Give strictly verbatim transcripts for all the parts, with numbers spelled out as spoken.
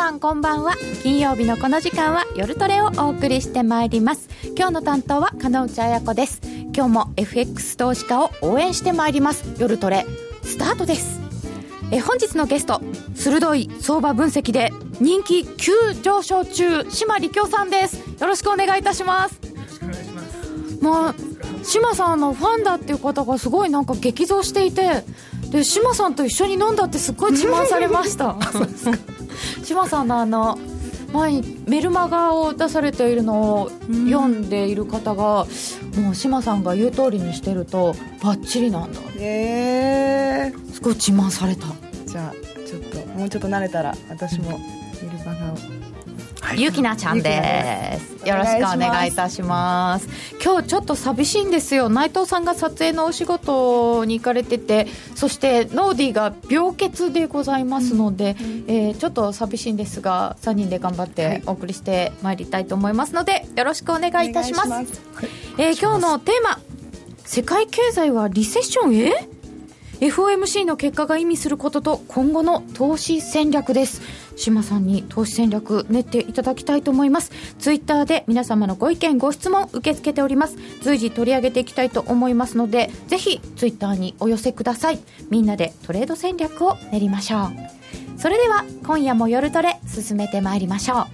さんこんばんは。金曜日のこの時間は夜トレをお送りしてまいります。今日の担当は金内彩子です。今日も エフエックス 投資家を応援してまいります。夜トレスタートです。え本日のゲスト、鋭い相場分析で人気急上昇中、島力夫さんです。よろしくお願いいたします。 よろしくお願いします。 まあ、島さんのファンだっていう方がすごいなんか激増していて、で島さんと一緒に飲んだってすっごい自慢されました島さんのあの前にメルマガを出されているのを読んでいる方が、もう島さんが言う通りにしてるとバッチリなんだ、 えー、 すごい自慢された。 じゃあちょっともうちょっと慣れたら私もメルマガを、 はい、ゆきなちゃんです。よろしくお願いいたします。今日ちょっと寂しいんですよ。内藤さんが撮影のお仕事に行かれてて、そしてノーディーが病欠でございますので、うん、えー、ちょっと寂しいんですがさんにんで頑張ってお送りしてまいりたいと思いますので、よろしくお願いいたします。はい、えー、今日のテーマ、世界経済はリセッションへ？ エフオーエムシー の結果が意味することと今後の投資戦略です。島さんに投資戦略練っていただきたいと思います。ツイッターで皆様のご意見ご質問受け付けております。随時取り上げていきたいと思いますので、ぜひツイッターにお寄せください。みんなでトレード戦略を練りましょう。それでは今夜も夜トレ進めてまいりましょう。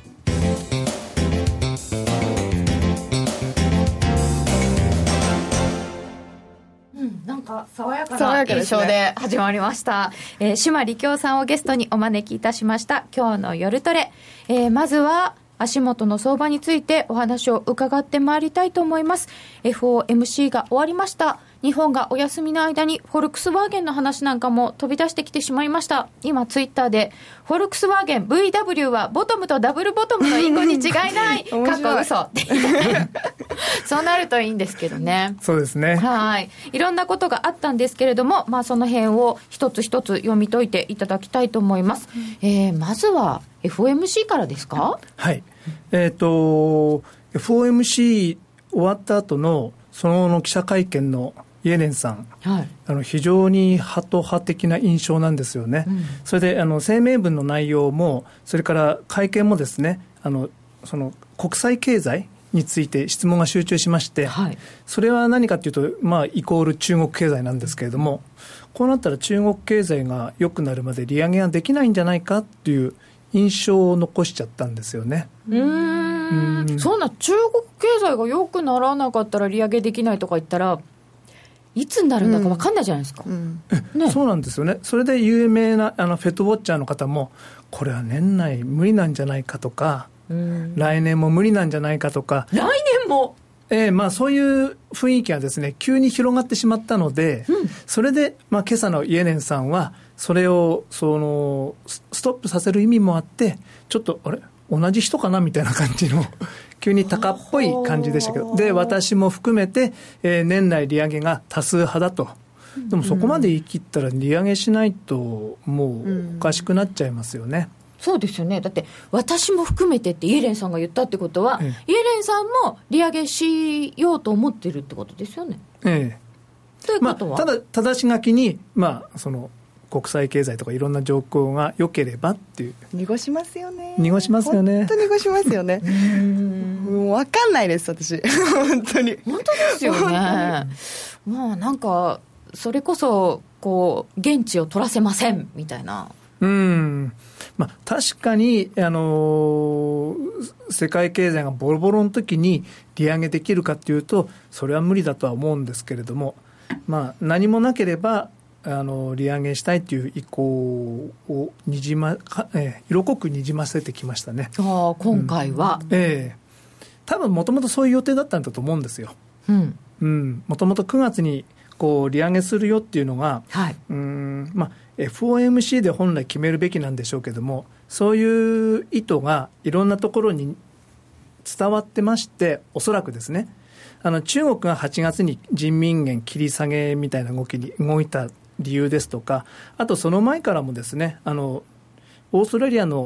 なんか爽やかな印象で始まりました、えー、島力夫さんをゲストにお招きいたしました今日の夜トレ、えー、まずは足元の相場についてお話を伺ってまいりたいと思います。 エフオーエムシー が終わりました。日本がお休みの間にフォルクスワーゲンの話なんかも飛び出してきてしまいました。今ツイッターでフォルクスワーゲン ブイダブリュー はボトムとダブルボトムの隠語に違いないかっこ嘘ってそうなるといいんですけどね。 そうですね。 はい、いろんなことがあったんですけれども、まあ、その辺を一つ一つ読み解いていただきたいと思います。えー、まずは エフオーエムシー からですか？ はい、えーと エフオーエムシー 終わった後のその後の記者会見のイエレンさん、はい、あの非常にハト派的な印象なんですよね、うん、それであの声明文の内容もそれから会見もですね、あのその国際経済について質問が集中しまして、はい、それは何かというと、まあ、イコール中国経済なんですけれども、こうなったら中国経済が良くなるまで利上げができないんじゃないかという印象を残しちゃったんですよね。 うーん、そんな中国経済が良くならなかったら利上げできないとか言ったらいつになるんだか分かんないじゃないですか、うんうんね、そうなんですよね。それで有名なあのフェットウォッチャーの方もこれは年内無理なんじゃないかとか、うん、来年も無理なんじゃないかとか、 来年もえーまあ、そういう雰囲気がですね急に広がってしまったので、うん、それで、まあ、今朝のイエレンさんはそれをそのストップさせる意味もあって、ちょっとあれ同じ人かなみたいな感じの急に高っぽい感じでしたけど、で私も含めて、えー、年内利上げが多数派だと。でもそこまで言い切ったら利上げしないともうおかしくなっちゃいますよね、うん、 そうですよね。だって私も含めてってイエレンさんが言ったってことは、ええ、イエレンさんも利上げしようと思ってるってことですよね。 ええ、ということは、まあ、ただ正し書きに、まあ、その国際経済とかいろんな状況が良ければっていう。 濁しますよね。 濁しますよね。 本当に濁しますよね。うーん、もう分かんないです私本当に本当ですよね。もうなんかそれこそこう現地を取らせませんみたいな。 うん、まあ、確かに、あのー、世界経済がボロボロの時に利上げできるかというとそれは無理だとは思うんですけれども、まあ、何もなければあの利上げしたいという意向をにじま、えー、色濃くにじませてきましたね。 あ、今回は、 うん、えー、多分もともとそういう予定だったんだと思うんですよ。もともとくがつにこう利上げするよっていうのが、はい、うーん、まあ、エフオーエムシー で本来決めるべきなんでしょうけども、そういう意図がいろんなところに伝わってまして、おそらくですね、あの中国がはちがつに人民元切り下げみたいな動きに動いた理由ですとか、あとその前からもですね、あのオーストラリアの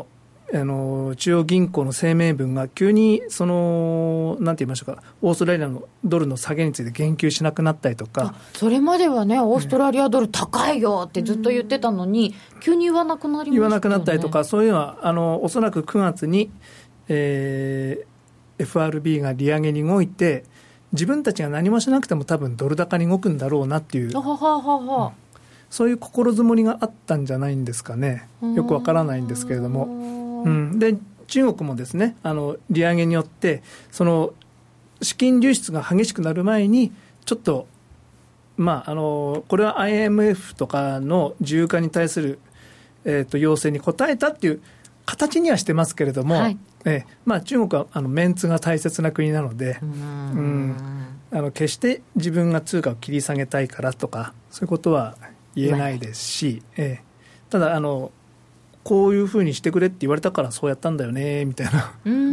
あの中央銀行の声明文が急にそのなんて言いましょうか、オーストラリアのドルの下げについて言及しなくなったりとか。 それまではね、オーストラリアドル高いよってずっと言ってたのに、うん、急に言わなくなりましたよね。 言わなくなったりとか、そういうのはあのおそらくくがつに、えー、エフアールビー が利上げに動いて、自分たちが何もしなくても多分ドル高に動くんだろうなっていう、 はははは、うん、 そういう心づもりがあったんじゃないんですかね。よくわからないんですけれども、うん、で中国もですね、あの利上げによってその資金流出が激しくなる前にちょっと、まあ、あのこれは アイエムエフ とかの自由化に対する、えー、と要請に応えたっていう形にはしてますけれども、はい、えーまあ、中国はあのメンツが大切な国なので、うん、うん、あの決して自分が通貨を切り下げたいからとかそういうことは言えないですし、えー、ただあのこういうふうにしてくれって言われたからそうやったんだよねみたいな、 うん、うん、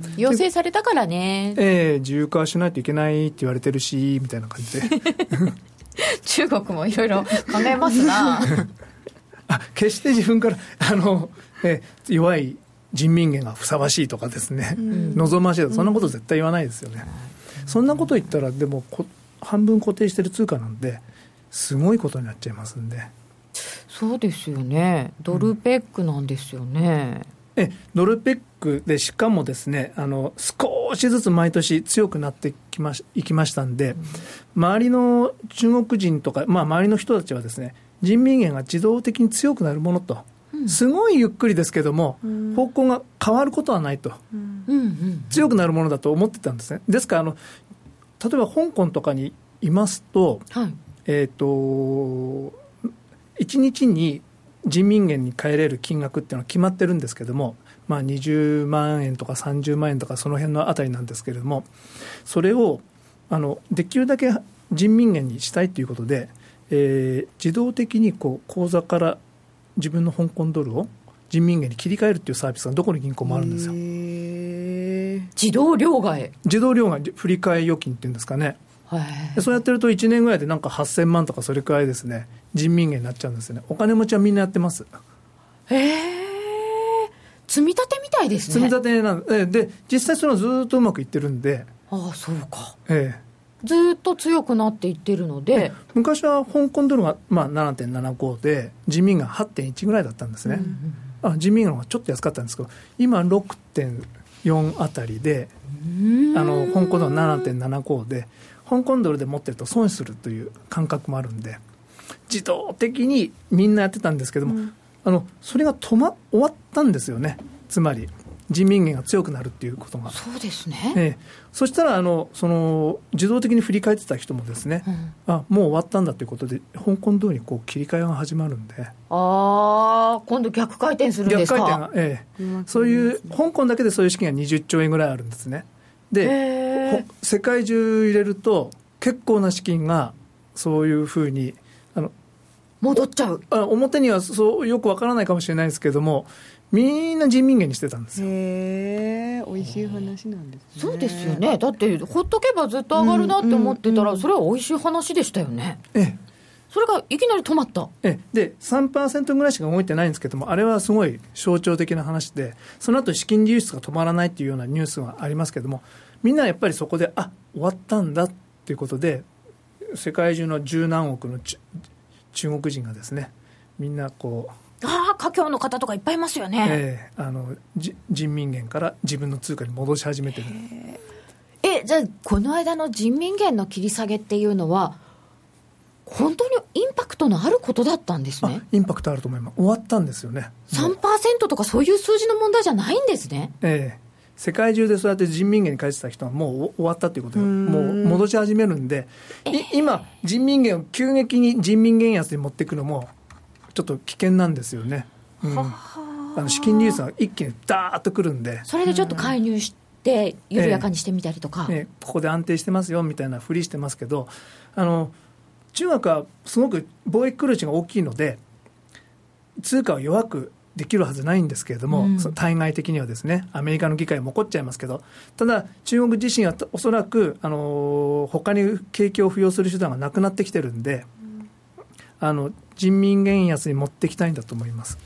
要請されたからね、 えー、自由化しないといけないって言われてるしみたいな感じで中国もいろいろ考えますなあ、決して自分からあの、えー、弱い人民元がふさわしいとかですね、うん、望ましいとかそんなこと絶対言わないですよね、うん、そんなこと言ったらでもこ半分固定してる通貨なんですごいことになっちゃいますんで。 そうですよね、ドルペックなんですよね、 うん、えドルペックでしかもですね、あの少しずつ毎年強くなってきまし、いきましたんで、うん、周りの中国人とか、まあ、周りの人たちはですね、人民元が自動的に強くなるものと、うん、すごいゆっくりですけども、うん、方向が変わることはないと、うんうん、強くなるものだと思ってたんですね。ですからあの例えば香港とかにいますと、はい、えっといちにちに人民元に変えれる金額っていうのは決まってるんですけども、まあ、にじゅうまんえんとかさんじゅうまんえんとかその辺のあたりなんですけれども、それをあのできるだけ人民元にしたいということで、えー、自動的にこう口座から自分の香港ドルを人民元に切り替えるっていうサービスがどこの銀行もあるんですよ。 へ自動両替自動両替振り替え預金っていうんですかね。そうやってるといちねんぐらいでなんかはっせんまんとかそれくらいですね、人民元になっちゃうんですよね。お金持ちはみんなやってます。 へえ、積み立てみたいですね。 積み立てなんで、で実際それはずっとうまくいってるんで。 ああそうか、 ええ、 ずっと強くなっていってるので、 昔は香港ドルが、まあ、ななてんななご で人民元 はってんいち ぐらいだったんですね、うんうん、あ人民元の方がちょっと安かったんですけど、今 ろくてんよん あたりで、あの香港ドルは ななてんななご で香港ドルで持ってると損するという感覚もあるんで、自動的にみんなやってたんですけども、うん、あのそれが止、ま、終わったんですよね。つまり人民元が強くなるっていうことが。 そうですね、 ええ、そしたらあのその自動的に振り返ってた人もですね、うん、あもう終わったんだということで香港ドルにこう切り替えが始まるんで、 あ今度逆回転するんですか。 逆回転が、ええ、うん、そういう香港だけでそういう資金がにじゅっちょうえんぐらいあるんですね。で世界中入れると結構な資金がそういうふうにあの戻っちゃう。 あ表にはそうよくわからないかもしれないですけども、みんな人民元にしてたんですよ。 へえ、美味しい話なんですね。 そうですよね。だってほっとけばずっと上がるなって思ってたら、うんうんうん、それは美味しい話でしたよね。 ええ、 それがいきなり止まった。 ええ、で さんパーセント ぐらいしか動いてないんですけども、あれはすごい象徴的な話で、その後資金流出が止まらないっていうようなニュースがありますけども、みんなやっぱりそこであ終わったんだっていうことで、世界中の十何億の中国人がですね、みんなこうああ華僑の方とかいっぱいいますよね、 えー、あの人民元から自分の通貨に戻し始めてる。 えじゃあこの間の人民元の切り下げっていうのは本当にインパクトのあることだったんですね。 インパクトあると思います。終わったんですよね。 さんパーセント とかそういう数字の問題じゃないんですね。 ええ、世界中でそうやって人民元に返してた人はもう終わったということで、もう戻し始めるんで、えー、今人民元を急激に人民元安に持っていくのもちょっと危険なんですよね、うん、あの資金流出が一気にダーッとくるんで、 それでちょっと介入して緩やかにしてみたりとか、 えーえー、ここで安定してますよみたいなふりしてますけど、あの中国はすごく貿易黒字が大きいので通貨を弱くできるはずないんですけれども、うん、その対外的にはですね、アメリカの議会も怒っちゃいますけど、ただ中国自身はおそらくあの他に景気を付与する手段がなくなってきてるんで、うん、あの人民元安に持っていきたいんだと思います。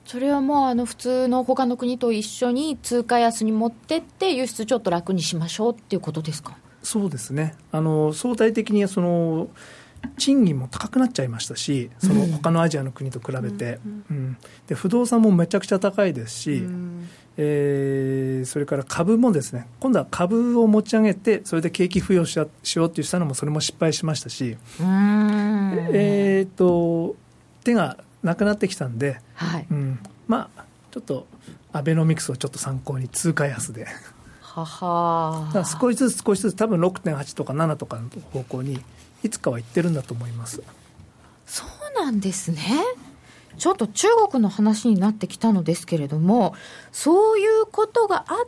それはもうあの普通の他の国と一緒に通貨安に持ってって輸出ちょっと楽にしましょうっていうことですか。 そうですね、あの相対的にその賃金も高くなっちゃいましたし、その他のアジアの国と比べて、うんうん、で不動産もめちゃくちゃ高いですし、うんえー、それから株もですね、今度は株を持ち上げてそれで景気浮揚しようってしたのもそれも失敗しましたし、うーん、えー、と手がなくなってきたんで、はいうん、まあちょっとアベノミクスをちょっと参考に通貨安でははだから少しずつ少しずつ多分 ろくてんはち とかななとかの方向にいつかは行ってるんだと思います。 そうなんですね。ちょっと中国の話になってきたのですけれども、そういうことがあって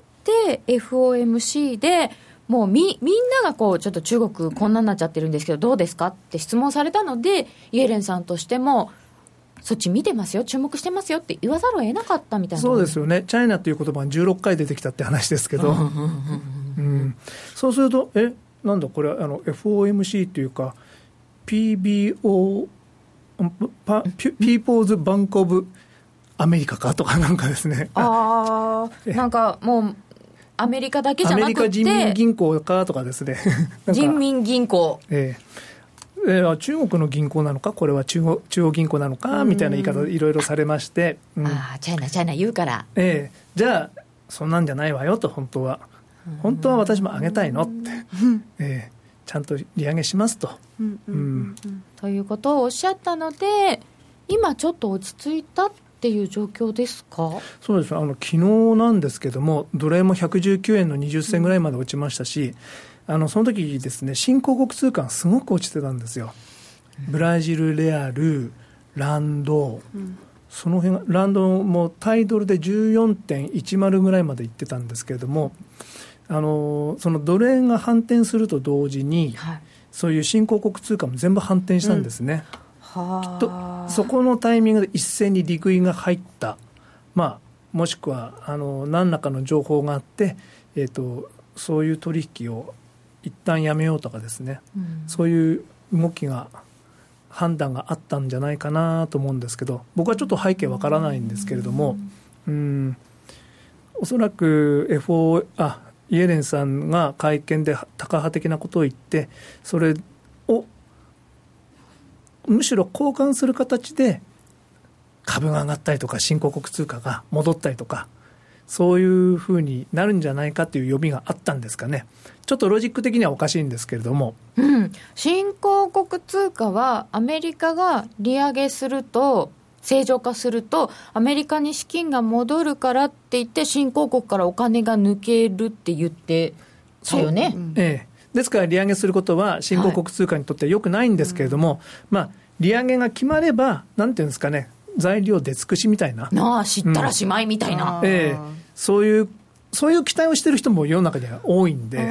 エフオーエムシー でもう み, みんながこうちょっと中国こんなになっちゃってるんですけどどうですかって質問されたので、イエレンさんとしてもそっち見てますよ、注目してますよって言わざるを得なかったみたいな。 そうですよね。チャイナという言葉がじゅうろっかい出てきたって話ですけど、うん、そうするとえなんだこれはあの エフオーエムシー というか ピービーオー パピーポーズバンクオブアメリカかとかなんかですね、 あなんかもうアメリカだけじゃなくてアメリカ人民銀行かとかですね人民銀行、 えええー、中国の銀行なのかこれは中央、中央銀行なのかみたいな言い方いろいろされまして、 うん、あチャイナチャイナ言うから、 えー、じゃあそんなんじゃないわよと、本当は本当は私も上げたいのって、えーちゃんと利上げしますと、うんうんうんうん、ということをおっしゃったので今ちょっと落ち着いたっていう状況ですか。 そうです。あの昨日なんですけどもドル円もひゃくじゅうきゅうえんのにじゅっ銭ぐらいまで落ちましたし、うん、あのその時ですね新興国通貨がすごく落ちてたんですよ、うん、ブラジルレアルランド、うん、その辺ランドも対ドルで じゅうよんてんいちまる ぐらいまでいってたんですけれども、あのそのドル円が反転すると同時に、はい、そういう新興国通貨も全部反転したんですね、うん、きっとそこのタイミングで一斉に利食いが入った、まあ、もしくはあの何らかの情報があって、えーと、そういう取引を一旦やめようとかですね、うん、そういう動きが判断があったんじゃないかなと思うんですけど、僕はちょっと背景わからないんですけれども、うん、うんおそらく エフオー あイエレンさんが会見でタカ派的なことを言って、それをむしろ交換する形で株が上がったりとか新興国通貨が戻ったりとか、そういうふうになるんじゃないかという読みがあったんですかね。ちょっとロジック的にはおかしいんですけれども、 うん、新興国通貨はアメリカが利上げすると正常化するとアメリカに資金が戻るからって言って新興国からお金が抜けるって言ってたよね、 うんええ、ですから利上げすることは新興国通貨にとっては良くないんですけれども、はいまあ、利上げが決まればなんていうんですかね、材料出尽くしみたいな、 なあ知ったらしまいみたいな、 うんええ、そういうそういう期待をしている人も世の中には多いんで、うん、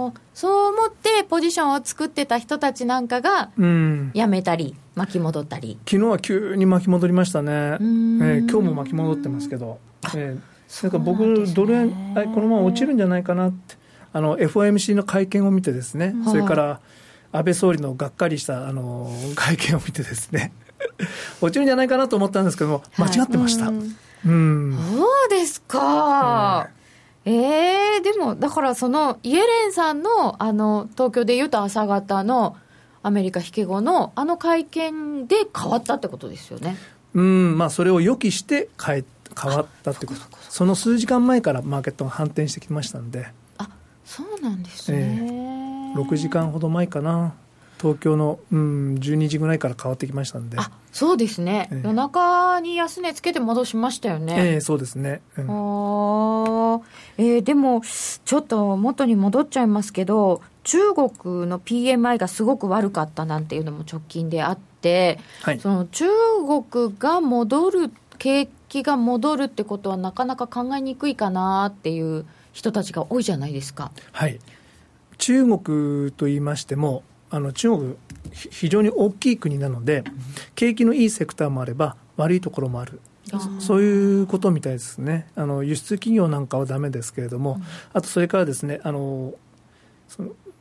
そう思ってポジションを作ってた人たちなんかがやめたり、うん巻き戻ったり、 昨日は急に巻き戻りましたね、えー、今日も巻き戻ってますけど、えー、なんか僕ドル円このまま落ちるんじゃないかなって、あの エフオーエムシー の会見を見てですね、それから安倍総理のがっかりしたあの会見を見てですね落ちるんじゃないかなと思ったんですけども間違ってました、はい、うん、 そうですか、うん、えー、でもだからそのイエレンさん の, あの東京でいうと朝方のアメリカ引け後のあの会見で変わったってことですよね。 うんまあ、それを予期して変え変わったってこと、その数時間前からマーケットが反転してきましたんで。 あ、そうなんですね、 えー、ろくじかんほど前かな、東京の、うん、じゅうにじぐらいから変わってきましたんで。 あ、そうですね、えー、夜中に安値つけて戻しましたよね。 えー、そうですね、うん、 あ、えー、でもちょっと元に戻っちゃいますけど、中国の ピーエムアイ がすごく悪かったなんていうのも直近であって、はい、その中国が戻る、景気が戻るってことはなかなか考えにくいかなっていう人たちが多いじゃないですか。 はい、中国と言いましてもあの中国非常に大きい国なので、うん、景気のいいセクターもあれば悪いところもある、そういうことみたいですね。あの輸出企業なんかはダメですけれども、うん、あとそれからですね、あのその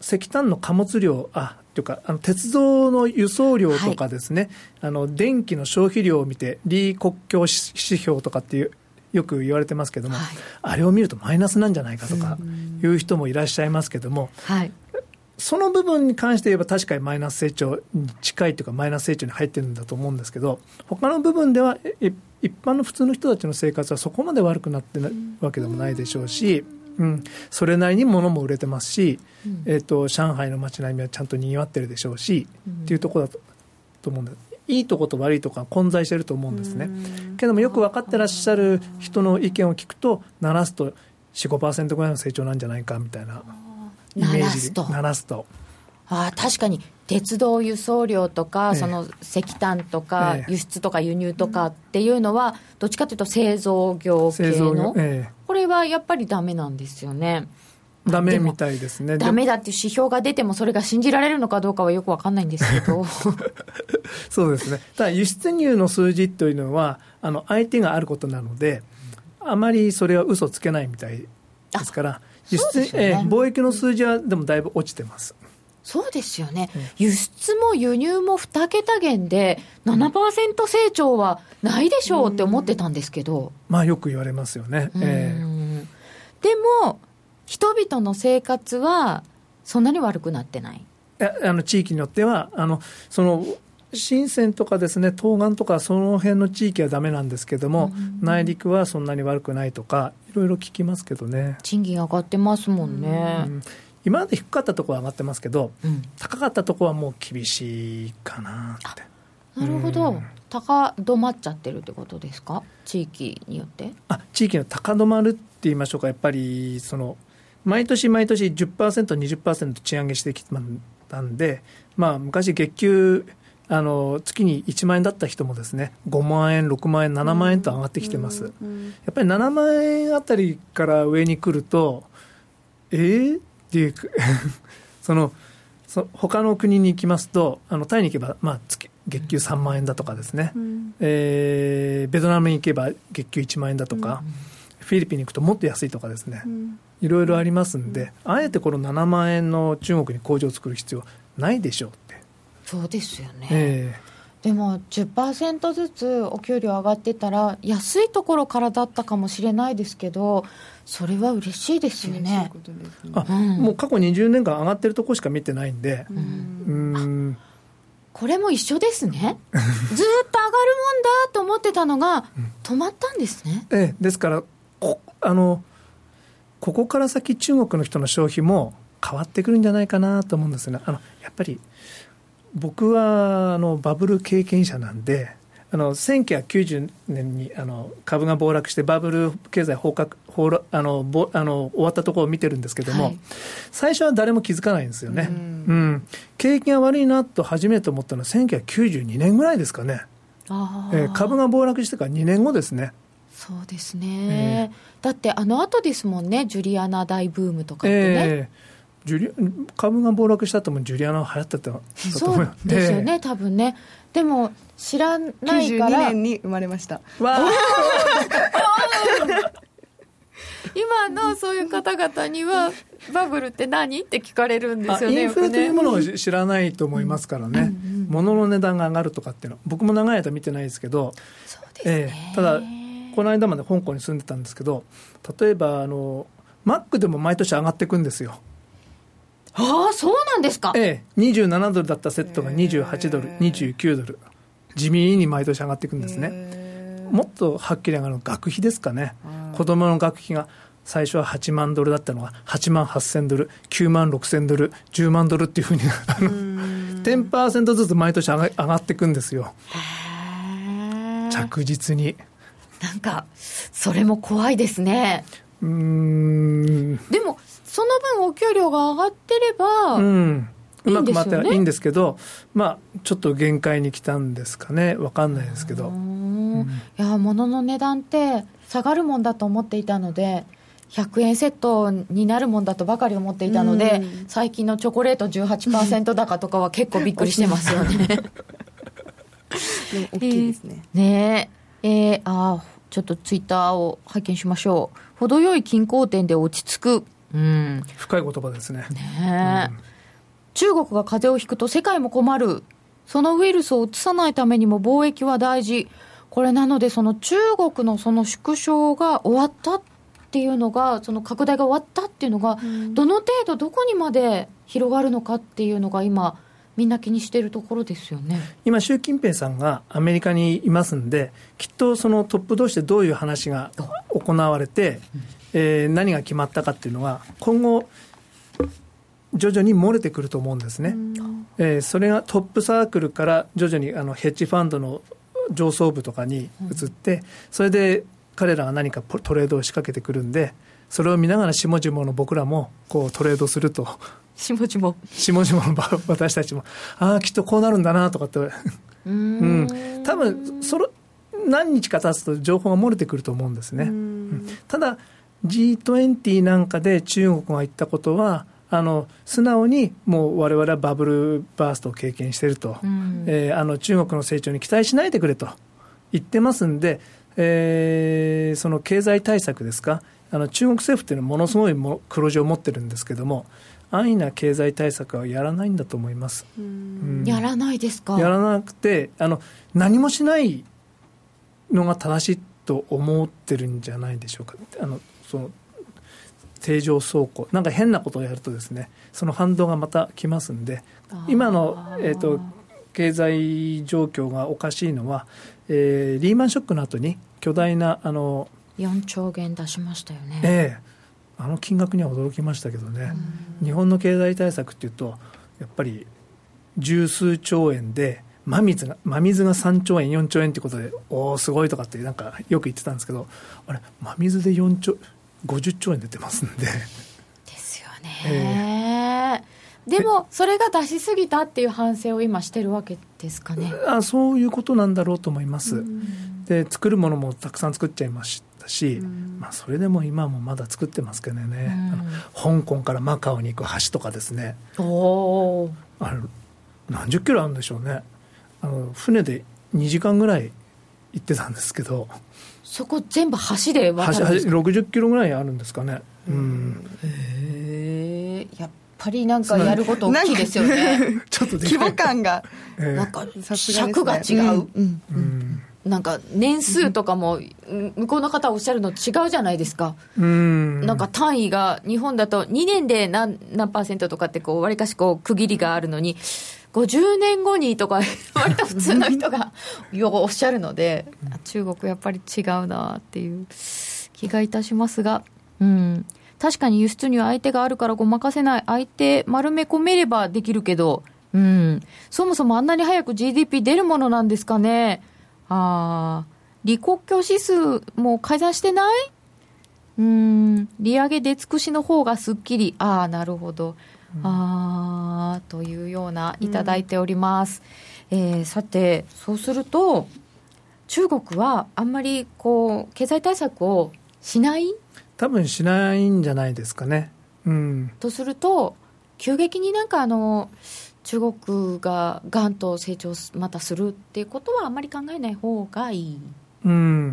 石炭の貨物量あというかあの鉄道の輸送量とかですね、はい、あの電気の消費量を見て李克強指標とかっていうよく言われてますけども、はい、あれを見るとマイナスなんじゃないかとかいう人もいらっしゃいますけども、はい、その部分に関して言えば確かにマイナス成長に近いというかマイナス成長に入ってるんだと思うんですけど、他の部分では一般の普通の人たちの生活はそこまで悪くなってないわけでもないでしょうし、うん、それなりに物も売れてますし、うん、えーと、上海の街並みはちゃんとにぎわってるでしょうし、うん、っていうところだ と, と思うんです。いいとこと悪いとこは混在してると思うんですね。けどもよく分かってらっしゃる人の意見を聞くと、鳴らすと よん、ごパーセント ぐらいの成長なんじゃないかみたいなイメージで鳴らすと、 あ確かに鉄道輸送量とか、ええ、その石炭とか、ええ、輸出とか輸入とかっていうのはどっちかというと製造業系の、ええ、これはやっぱりダメなんですよね。 ダメみたいですね。 ダメだっていう指標が出てもそれが信じられるのかどうかはよく分かんないんですけどそうですね。ただ輸出入の数字というのはあの相手があることなので、あまりそれは嘘つけないみたいですから、輸出、ねえー、貿易の数字はでもだいぶ落ちてます。 そうですよね、うん、輸出も輸入もに桁減で ななパーセント 成長はないでしょうって思ってたんですけど、 まあよく言われますよね、えー、でも人々の生活はそんなに悪くなってない。 あの地域によってはあのその深センとかですね、東岸とかその辺の地域はダメなんですけども、内陸はそんなに悪くないとかいろいろ聞きますけどね。 賃金上がってますもんね。うん、 今まで低かったところは上がってますけど、うん、高かったところはもう厳しいかなって。 なるほど、うん、高止まっちゃってるってことですか、地域によって。 あ地域の高止まるって言いましょうか。やっぱりその毎年毎年 じゅっパーセント、にじゅっパーセント 賃上げしてきたんで、まあ、昔月給あの月にいちまん円だった人もですね、ごまんえん、ろくまんえん、ななまんえんと上がってきてます。やっぱりななまんえんあたりから上に来るとえー、っていうそのそ他の国に行きますと、あのタイに行けば、まあ、月月給さんまんえんだとかですね、うんえー、ベトナムに行けば月給いちまんえんだとか、うん、フィリピンに行くともっと安いとかですね、うんいろいろありますんで、あえてこのななまんえんの中国に工場を作る必要ないでしょうって。 そうですよね、 えー、でも じゅっパーセント ずつお給料上がってたら安いところからだったかもしれないですけど、それは嬉しいですよね。 ですねあ、うん、もう過去にじゅうねんかん上がってるところしか見てないんで、うんうんこれも一緒ですねずっと上がるもんだと思ってたのが止まったんですね、 ええ、ですからこあのここから先中国の人の消費も変わってくるんじゃないかなと思うんですね。あのやっぱり僕はあのバブル経験者なんで、あのせんきゅうひゃくきゅうじゅうねんにあの株が暴落してバブル経済崩壊崩あのぼあの終わったところを見てるんですけども、はい、最初は誰も気づかないんですよね。うん、うん、景気が悪いなと初めて思ったのはせんきゅうひゃくきゅうじゅうにねんぐらいですかね。あ、えー、株が暴落してからにねんごですね。 そうですね、えー、だってあの後ですもんね、ジュリアナ大ブームとかってね、えー、ジュリ株が暴落した後もジュリアナは流行ってたと思うよ。 そうですよね、えー、多分ね。でも知らないから。 きゅうじゅうにねんに生まれました。わ今のそういう方々にはバブルって何って聞かれるんですよね。 インフレというものを知らないと思いますからね、うんうんうん、物の値段が上がるとかっていうの僕も長い間見てないですけど、 そうですね、 えー、ただこの間まで香港に住んでたんですけど、例えばあのマックでも毎年上がっていくんですよ。 ああ、そうなんですか。 ええ、にじゅうななドルだったセットがにじゅうはちドル、にじゅうきゅうドル、地味に毎年上がっていくんですね。もっとはっきり上がるのは学費ですかね。子どもの学費が最初ははちまんドルだったのがはちまんはっせんドル、きゅうまんろくせんドル、じゅうまんドルっていうふうにじゅっパーセント ずつ毎年上が、上がっていくんですよ。着実に。 なんかそれも怖いですね。 うーん、 でもその分お給料が上がってれば、うん、 うまく回ったらいいんですけど、まあ、ちょっと限界に来たんですかね。分かんないですけど、うん、 いや物の値段って下がるもんだと思っていたので、ひゃくえんセットになるもんだとばかり思っていたので、うん、最近のチョコレート じゅうはちパーセント 高とかは結構びっくりしてますよねでも大きいですね、 えー、ねええー、あちょっとツイッターを拝見しましょう。程よい均衡点で落ち着く、うん、 深い言葉ですね。 ね、 中国が風邪をひくと世界も困る。そのウイルスを移さないためにも貿易は大事。これなのでその中国のその縮小が終わったっていうのが、その拡大が終わったっていうのが、どの程度どこにまで広がるのかっていうのが今みんな気にしているところですよね。 今習近平さんがアメリカにいますんで、きっとそのトップ同士でどういう話が行われて、うん、えー、何が決まったかっていうのが今後徐々に漏れてくると思うんですね、うん、えー、それがトップサークルから徐々にあのヘッジファンドの上層部とかに移って、うん、それで彼らが何かトレードを仕掛けてくるんで、それを見ながら下々の僕らもこうトレードすると、 下々 下々の私たちもああきっとこうなるんだなとかってうーん、うん、多分それ何日か経つと情報が漏れてくると思うんですね。うん、ただ ジートゥエンティー なんかで中国が言ったことは、あの素直にもう我々はバブルバーストを経験していると、うん、えー、あの中国の成長に期待しないでくれと言ってますんで、えー、その経済対策ですか、あの中国政府っていうのはものすごいも黒字を持ってるんですけども、安易な経済対策はやらないんだと思います。 うん、やらないですか。 やらなくて、あの何もしないのが正しいと思ってるんじゃないでしょうか。あのその定常走行なんか変なことをやるとですね、その反動がまた来ますんで、今の、えーと、経済状況がおかしいのは、えー、リーマンショックの後に巨大なあのよんちょうげん出しましたよね。 えー、あの金額には驚きましたけどね。日本の経済対策っていうとやっぱり十数兆円で真水が真水がさんちょうえんよんちょうえんということで、おーすごいとかってなんかよく言ってたんですけど、あれ真水でよんちょうごじゅっちょうえん出てますんでですよね、えー、でもそれが出しすぎたっていう反省を今してるわけですかね。 あ、そういうことなんだろうと思います。で作るものもたくさん作っちゃいましたし、まあ、それでも今もまだ作ってますけどね、あの香港からマカオに行く橋とかですね、 おあの何十キロあるんでしょうね。あの船でにじかんぐらい行ってたんですけど、 そこ全部橋で渡るんですか。 ろくじゅっキロぐらいあるんですかね。うん、 へえ、やっぱりなんかやること大きいですよね。 ちょっと規模感が、 えー、なんか尺が違う、うんうんうん、なんか年数とかも向こうの方おっしゃるの違うじゃないですか。うん、なんか単位が日本だとにねんで 何, 何パーセントとかってこう割かしこう区切りがあるのに、ごじゅうねんごにとか割と普通の人がよくおっしゃるので、中国やっぱり違うなっていう気がいたしますが、うん、確かに輸出には相手があるからごまかせない。相手丸め込めればできるけど、うん、そもそもあんなに早く ジーディーピー 出るものなんですかね。あ、李克強指数も改ざんしてない？うん、利上げ出尽くしの方がすっきり。ああ、なるほど。あというようないただいております、うん、えー、さてそうすると中国はあんまりこう経済対策をしない？ 多分しないんじゃないですかね、うん、 とすると急激になんかあの中国がガンと成長またするっていうことはあんまり考えない方がいい、 うん、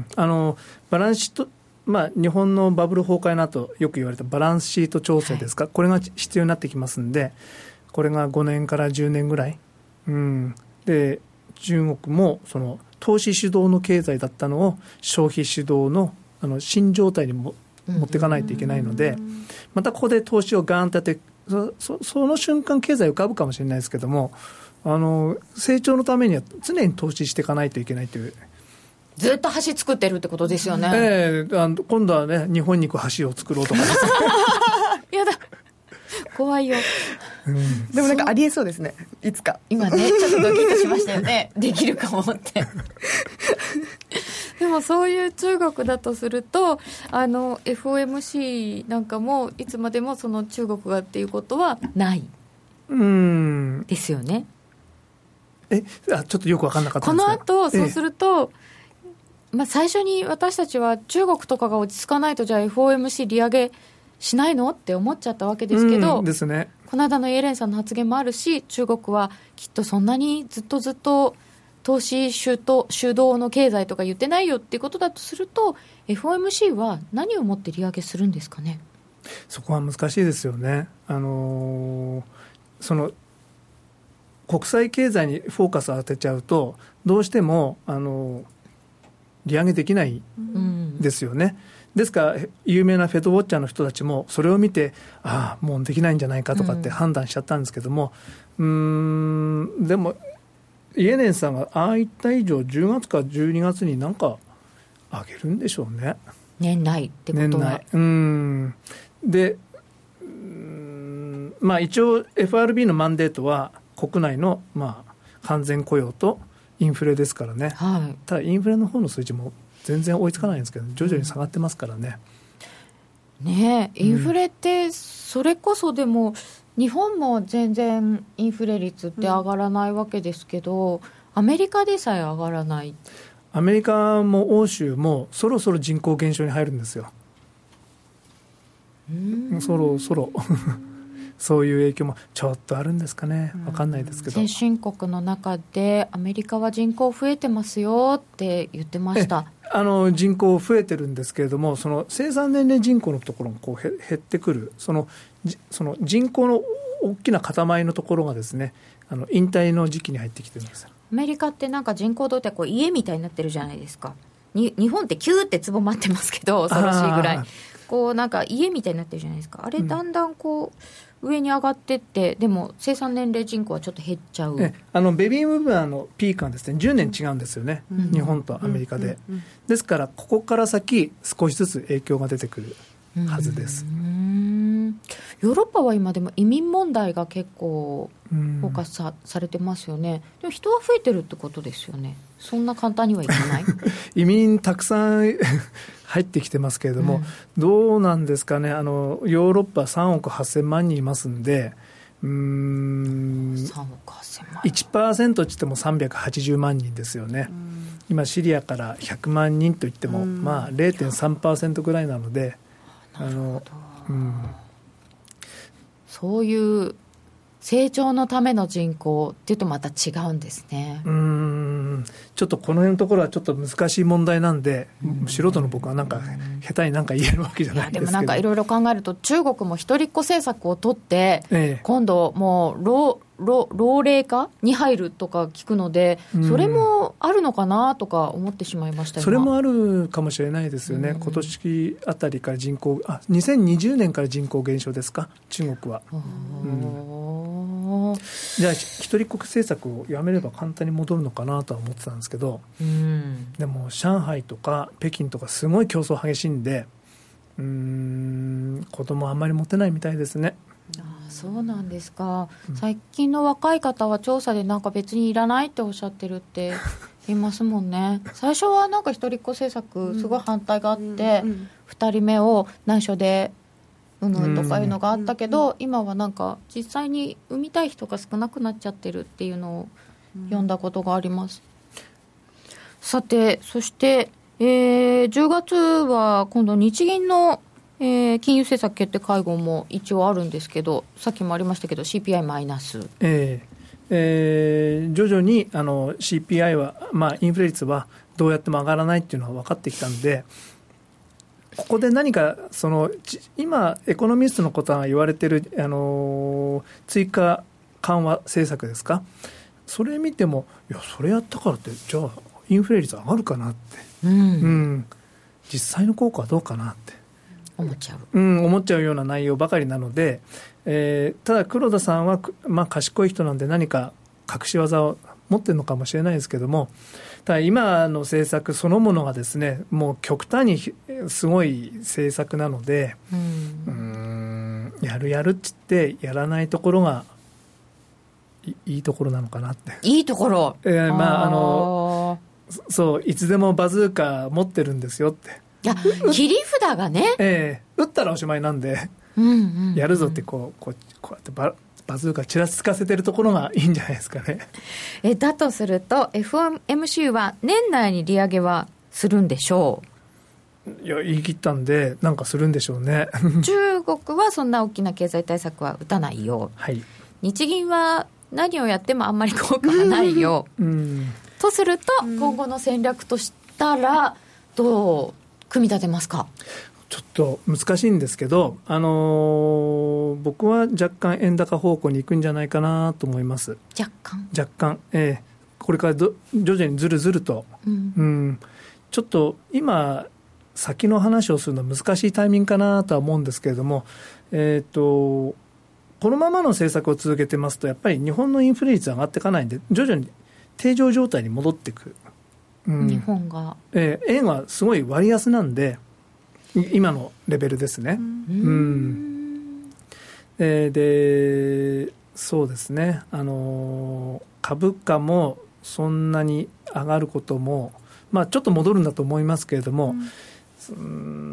あのバランスシート、まあ、日本のバブル崩壊の後よく言われたバランスシート調整ですか、はい、これが必要になってきますんで、これがごねんからじゅうねんぐらい、うん、で中国もその投資主導の経済だったのを消費主導 の, あの新状態にも持っていかないといけないので、またここで投資をガーンとやって そ, その瞬間経済浮かぶかもしれないですけども、あの成長のためには常に投資していかないといけないという。 ずっと橋作ってるってことですよね。 ええ、あの今度はね日本に行く橋を作ろうとかやだ怖いよ、 うん、でもなんかありえそうですね、いつか。 今ねちょっとドキッとしましたよねできるかもってでもそういう中国だとするとあの エフオーエムシー なんかもいつまでもその中国がっていうことはないうんですよね。 えあちょっとよく分かんなかったんですけど、 この後そうすると、まあ、最初に私たちは中国とかが落ち着かないとじゃあ エフオーエムシー 利上げしないのって思っちゃったわけですけど、 うんですね、 この間のイエレンさんの発言もあるし、中国はきっとそんなにずっとずっと投資主導、主導の経済とか言ってないよっていうことだとすると エフオーエムシー は何をもって利上げするんですかね。 そこは難しいですよね。あのー、その国際経済にフォーカスを当てちゃうとどうしてもあの利上げできないんですよね、うん、ですから有名なフェドウォッチャーの人たちもそれを見てああもうできないんじゃないかとかって判断しちゃったんですけども、うん、うーんでもイエレンさんがああいった以上じゅうがつかじゅうにがつに何か上げるんでしょうね、 年内ってことは。 年内、うんでうーん、まあ、一応 エフアールビー のマンデートは国内の、まあ、完全雇用とインフレですからね、はい、ただインフレの方の数字も全然追いつかないんですけど徐々に下がってますからね、 うん、ねえインフレってそれこそでも、うん日本も全然インフレ率って上がらないわけですけど、うん、アメリカでさえ上がらない。 アメリカも欧州もそろそろ人口減少に入るんですよ。うんそろそろそういう影響もちょっとあるんですかね、分かんないですけど。 先進国の中でアメリカは人口増えてますよって言ってました。 あの人口増えてるんですけれども、その生産年齢人口のところがこう減ってくる、そのその人口の大きな塊のところがですね、あの引退の時期に入ってきてるんです。 アメリカってなんか人口動ってこう家みたいになってるじゃないですか。に日本ってキューってつぼまってますけど恐ろしいぐらいこうなんか家みたいになってるじゃないですか。あれだんだんこう、うん、上に上がってって、でも生産年齢人口はちょっと減っちゃう。 えあのベビームーバーのピークがですねじゅうねん違うんですよね、うん、日本とアメリカで、うんうんうん、ですからここから先少しずつ影響が出てくるはずです。 うーんヨーロッパは今でも移民問題が結構フォーカス さ, されてますよね。でも人は増えてるってことですよね。そんな簡単にはいかない移民たくさん入ってきてますけれども、うん、どうなんですかね。あのヨーロッパさんおくはっせんまんにんいますんで、うーんさんおくはっせんまんいちパーセント って言ってもさんびゃくはちじゅうまんにんですよね。今シリアからひゃくまんにんといっても、まあ、れいてんさんパーセント ぐらいなので、 なるほど、うん、そういう成長のための人口っていうとまた違うんですね。 うーんちょっとこの辺のところはちょっと難しい問題なんで、うん、素人の僕はなんか下手になんか言えるわけじゃないんですけど。 いやでもなんかいろいろ考えると中国も一人っ子政策を取って、ええ、今度もう老老老齢化に入るとか聞くので、それもあるのかなとか思ってしまいました。 それもあるかもしれないですよね。今年あたりから人口あにせんにじゅうねんから人口減少ですか中国は。うん、じゃあ一人っ子政策をやめれば簡単に戻るのかなとは思ってたんですけど、うん、でも上海とか北京とかすごい競争激しいんで、うーん子供あんまり持てないみたいですね。 あそうなんですか、うん、最近の若い方は調査でなんか別にいらないっておっしゃってるって言いますもんね。最初はなんか一人っ子政策すごい反対があって、うんうん、ふたりめを内緒で産むとかいうのがあったけど、うん、今はなんか実際に産みたい人が少なくなっちゃってるっていうのを読んだことがあります、うん、さてそして、えー、じゅうがつは今度日銀のえー、金融政策決定会合も一応あるんですけど、さっきもありましたけど シーピーアイ マイナス、 えーえー、徐々にあの シーピーアイ は、まあ、インフレ率はどうやっても上がらないっていうのは分かってきたんで、ここで何かその今エコノミストの方が言われている、あのー、追加緩和政策ですか、それ見てもいやそれやったからってじゃあインフレ率上がるかなって、うんうん、実際の効果はどうかなって思っちゃう、 うん、思っちゃうような内容ばかりなので、えー、ただ黒田さんは、まあ、賢い人なんで何か隠し技を持ってるのかもしれないですけども、ただ今の政策そのものがですねもう極端にすごい政策なので、うん、うーんやるやるって言ってやらないところが い, いいところなのかなって。 いいところ、 えー、まああのそういつでもバズーカ持ってるんですよって。 いや切り札がね、 えー、打ったらおしまいなんで、うんうんうん、やるぞってこう、こう、こうやって バ, バズーカちらつかせてるところがいいんじゃないですかね。 えだとすると エフオーエムシー は年内に利上げはするんでしょう。いや言い切ったんでなんかするんでしょうね。 中国はそんな大きな経済対策は打たないよ、はい、日銀は何をやってもあんまり効果がないよ、うん、とすると今後の戦略としたらどう組み立てますか。 ちょっと難しいんですけど、あのー、僕は若干円高方向に行くんじゃないかなと思います。 若干若干、えー、これからど徐々にずるずると、うんうん、ちょっと今先の話をするのは難しいタイミングかなとは思うんですけれども、えーと、このままの政策を続けてますとやっぱり日本のインフレ率上がっていかないんで徐々に定常状態に戻っていく、 うん、日本が、 えー、円はすごい割安なんで今のレベルですね、うんうんえー、でそうですね、あのー、株価もそんなに上がることも、まあ、ちょっと戻るんだと思いますけれども、うん、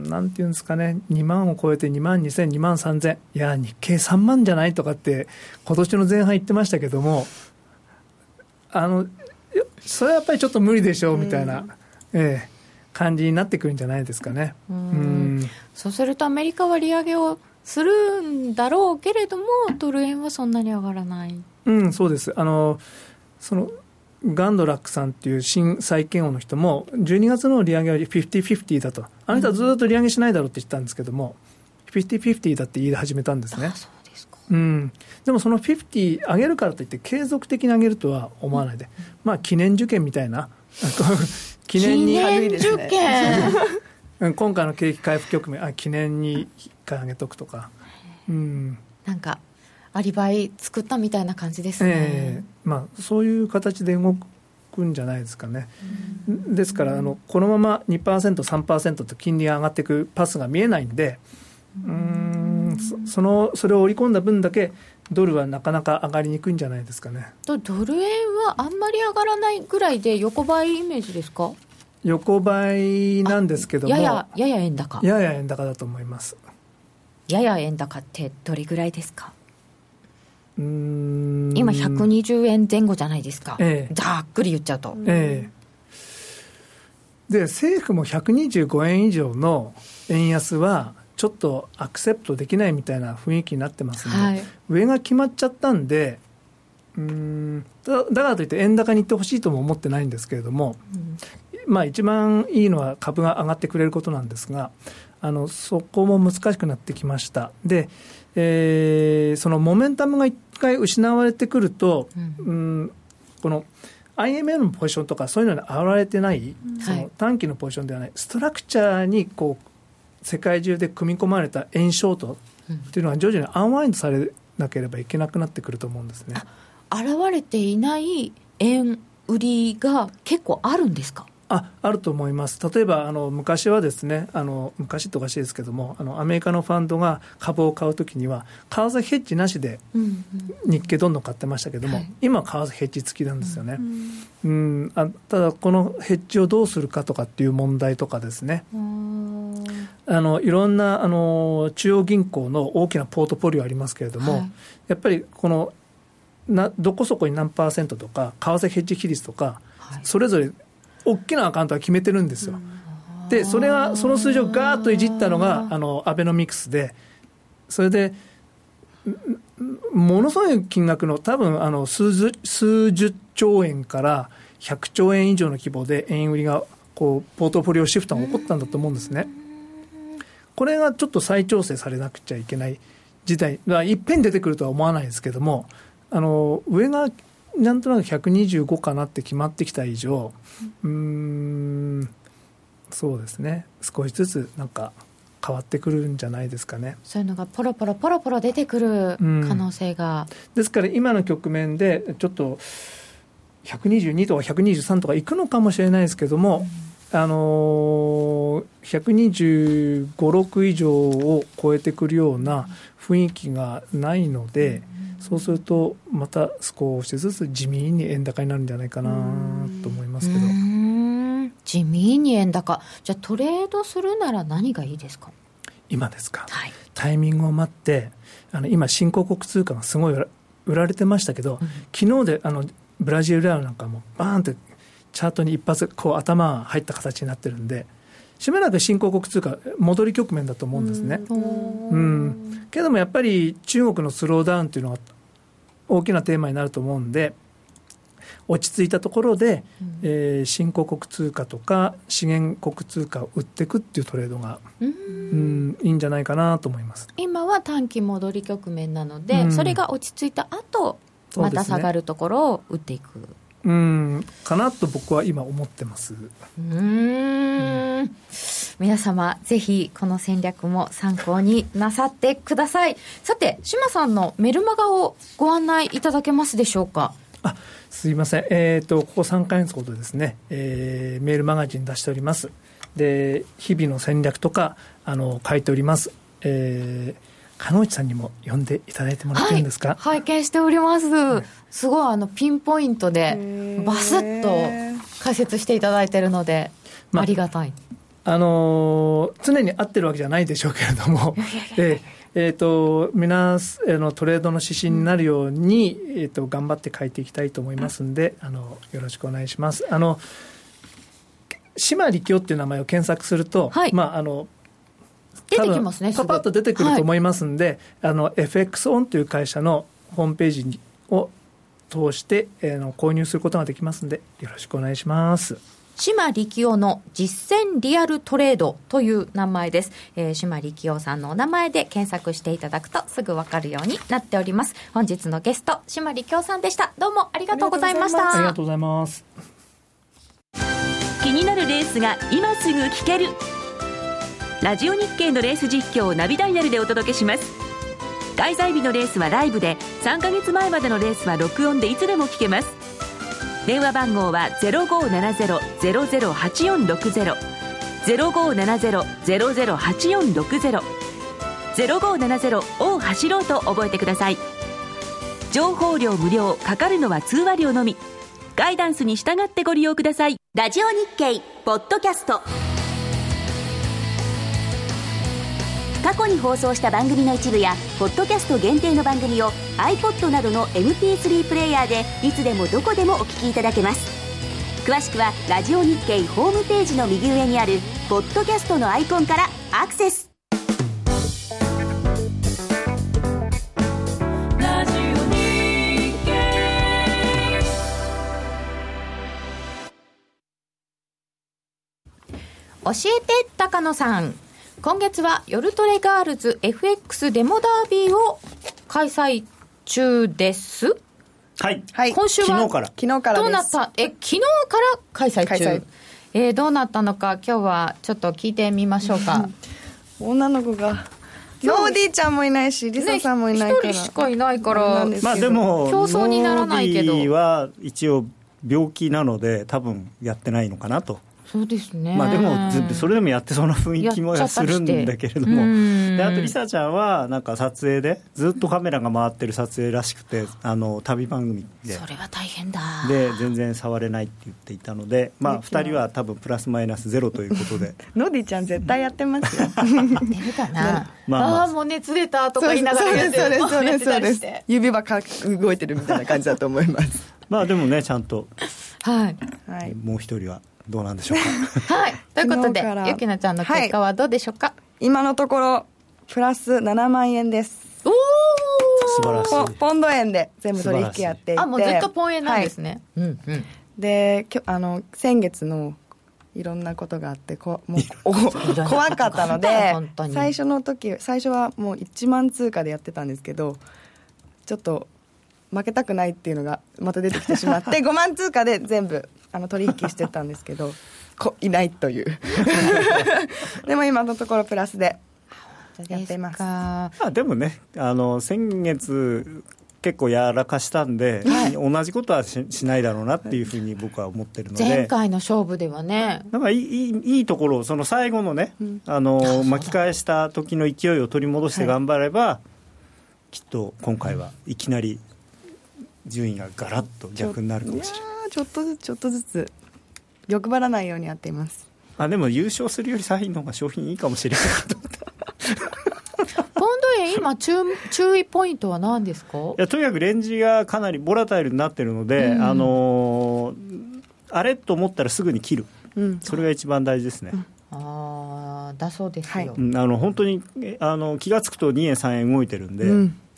なんていうんですかね、にまんを超えてにまんにせん、にまんさんぜん、いや日経さんまんじゃないとかって今年の前半言ってましたけども、あのそれはやっぱりちょっと無理でしょうみたいな、うんええ感じになってくるんじゃないですかね。うんうんそうするとアメリカは利上げをするんだろうけれどもドル円はそんなに上がらない。 うんそうです。あのそのガンドラックさんっていう新債券王の人もじゅうにがつの利上げはフィフティフィフティだと、あの人はずっと利上げしないだろうって言ったんですけども、うん、フィフティフィフティだって言い始めたんですね。あそうですか、うん、でもそのフィフティ上げるからといって継続的に上げるとは思わないで、うん、まあ記念受験みたいな記念に記念受験今回の景気回復局面あ記念にいっかい上げとくとか、うん、 なんかアリバイ作ったみたいな感じですね、 えーまあ、そういう形で動くんじゃないですかね。ですからあのこのまま にパーセント、さんパーセント と金利が上がっていくパスが見えないんで、うーん そ, そ, のそれを織り込んだ分だけドルはなかなか上がりにくいんじゃないですかね。 ドル円はあんまり上がらないぐらいで横ばいイメージですか？ 横ばいなんですけどもやややや円高やや円高だと思います。 やや円高ってどれぐらいですか？ うーん今ひゃくにじゅうえんぜん後じゃないですか、 ええ、 ざっくり言っちゃうと、 ええ、で政府もひゃくにじゅうごえん以上の円安はちょっとアクセプトできないみたいな雰囲気になってますので、はい、上が決まっちゃったんで、うーん だ, だからといって円高に行ってほしいとも思ってないんですけれども、うんまあ、一番いいのは株が上がってくれることなんですが、あのそこも難しくなってきました。で、えー、そのモメンタムが一回失われてくると、うんうん、この アイエムエフ のポジションとかそういうのに現れてない、うん、その短期のポジションではないストラクチャーにこう世界中で組み込まれた円ショートっていうのは徐々にアンワインドされなければいけなくなってくると思うんですね。 現れていない円売りが結構あるんですか？ あ, あると思います。例えばあの昔はですね、あの昔っておかしいですけども、あのアメリカのファンドが株を買うときには為替ヘッジなしで日経どんどん買ってましたけども、うんうん、今は為替ヘッジ付きなんですよね、うんうん、あただこのヘッジをどうするかとかっていう問題とかですね、あのいろんなあの中央銀行の大きなポートフォリオありますけれども、はい、やっぱりこのなどこそこに何パーセントとか為替ヘッジ比率とか、はい、それぞれ大きなアカウントは決めてるんですよ。でそれはその数字をガーッといじったのがあのアベノミクスで、それでものすごい金額の多分あの 数, 数十兆円からひゃくちょうえん以上の規模で円売りがこうポートフォリオシフトが起こったんだと思うんですね。これがちょっと再調整されなくちゃいけない事態がいっぺん出てくるとは思わないですけども、あの上がなんとなくひゃくにじゅうごかなって決まってきた以上、うーんそうですね、少しずつなんか変わってくるんじゃないですかね。 そういうのがポロポロポロポロ出てくる可能性が、 うん、ですから今の局面でちょっとひゃくにじゅうにとかひゃくにじゅうさんとかいくのかもしれないですけども、うん、あのひゃくにじゅうご、ろく以上を超えてくるような雰囲気がないので、うんそうするとまた少しずつ地味に円高になるんじゃないかなと思いますけど。うーん地味に円高。じゃあトレードするなら何がいいですか？ 今ですか、 はい、 タイミングを待ってあの今新興国通貨がすごい売られてましたけど、うん、昨日であのブラジルレアルなんかもバーンってチャートに一発こう頭が入った形になってるんで、しばらく新興国通貨戻り局面だと思うんですね。うん、うん、けどもやっぱり中国のスローダウンというのが大きなテーマになると思うんで、 落ち着いたところで、うんえー、新興国通貨とか資源国通貨を売っていくっていうトレードが、うん、うんいいんじゃないかなと思います。 今は短期戻り局面なので、うん、それが落ち着いた後また下がるところを売っていくう、ね、うんかなと僕は今思ってます。 うーん皆様ぜひこの戦略も参考になさってください。さて島さんのメルマガをご案内いただけますでしょうか。 あすいません、えー、とここさんかげつほどですね、えー、メールマガジン出しております。で日々の戦略とかあの書いております。えー鹿内さんにも読んでいただいてもらってるんですか。 はい、拝見しております、はい、すごいあのピンポイントでバスッと解説していただいてるので、まあ、ありがたい。 あのー、常に合ってるわけじゃないでしょうけれどもええー、と皆のトレードの指針になるように、うんえー、と頑張って書いていきたいと思いますので、あのよろしくお願いします。あの島力夫っていう名前を検索すると、 はいまああの出てきますね。 パパッと出てくると思いますんで、はい、あの エフエックス オンという会社のホームページを通して、えー、の購入することができますのでよろしくお願いします。 島力夫の実践リアルトレードという名前です、えー、島力夫さんのお名前で検索していただくとすぐ分かるようになっております。本日のゲスト島力夫さんでした。どうもありがとうございました。 ありがとうございます。 気になるレースが今すぐ聞けるラジオ日経のレース実況をナビダイヤルでお届けします。開催日のレースはライブで、さんかげつまえまでのレースは録音でいつでも聞けます。電話番号は ゼロごーななゼロ ゼロゼロはちよんろくゼロ ゼロごーななゼロ ゼロゼロはちよんろくゼロ ゼロごーななゼロを走ろうと覚えてください。情報料無料、かかるのは通話料のみ。ガイダンスに従ってご利用ください。ラジオ日経ポッドキャスト、過去に放送した番組の一部やポッドキャスト限定の番組を iPod などの エムピースリー プレイヤーでいつでもどこでもお聞きいただけます。詳しくはラジオ日経ホームページの右上にあるポッドキャストのアイコンからアクセス。ラジオ日経教えて高野さん、今月は夜トレガールズ エフエックス デモダービーを開催中です。 はい、 はい、今週は昨日から昨日からどうなったえ昨日から開催中開催、えー、どうなったのか今日はちょっと聞いてみましょうか。 女の子がノーディーちゃんもいないしリサさんもいないから、 ね、一人しかいないからまあでも競争にならないけど、 ノーディーは一応病気なので多分やってないのかなと。 そうですね。 まあ、でもそれでもやってそうな雰囲気もするんだけれども、であとリサちゃんはなんか撮影でずっとカメラが回ってる撮影らしくて、あの旅番組でそれは大変だで全然触れないって言っていたので、まあ、ふたりは多分プラスマイナスゼロということでノディちゃん絶対やってますよ。やってるかな、まあまあ、あもう熱出たとか言いながらやってる、 そうですそうです指ばか動いてるみたいな感じだと思いますまあでもねちゃんと、 はい、 もう一人はどうなんでしょうか。 はい、ということでゆきなちゃんの結果はどうでしょうか。はい、 今のところプラスななまんえんです。 おー素晴らしい。 ポンド円で全部取引やっていて、 あもうずっとポン円なんですね。はい、うんうん、 であの先月のいろんなことがあってこもう怖かったので最初の時最初はもういちまん通貨でやってたんですけど、ちょっと負けたくないっていうのがまた出てきてしまってごまん通貨で全部あの取引してたんですけどこいないというでも今のところプラスでやっています。 あでもねあの先月結構やらかしたんで、はい、同じことは し, しないだろうなっていうふうに僕は思ってるので、 前回の勝負ではねなんかい い, い, いいところその最後のね、うん、あの巻き返した時の勢いを取り戻して頑張れば、はい、きっと今回はいきなり順位がガラッと逆になるかもしれない。 ちょっとずつちょっとずつ欲張らないようにやっています。 あでも優勝するよりサインの方が商品いいかもしれないと思ったポンド円今 注, 注意ポイントは何ですか。いやとにかくレンジがかなりボラタイルになってるので、うん、あのー、あれと思ったらすぐに切る、うん、それが一番大事ですね、うん、 ああだそうですよ、はい、 あの本当にあの気がつくとにえんさんえん動いてるんで、うん、 本当です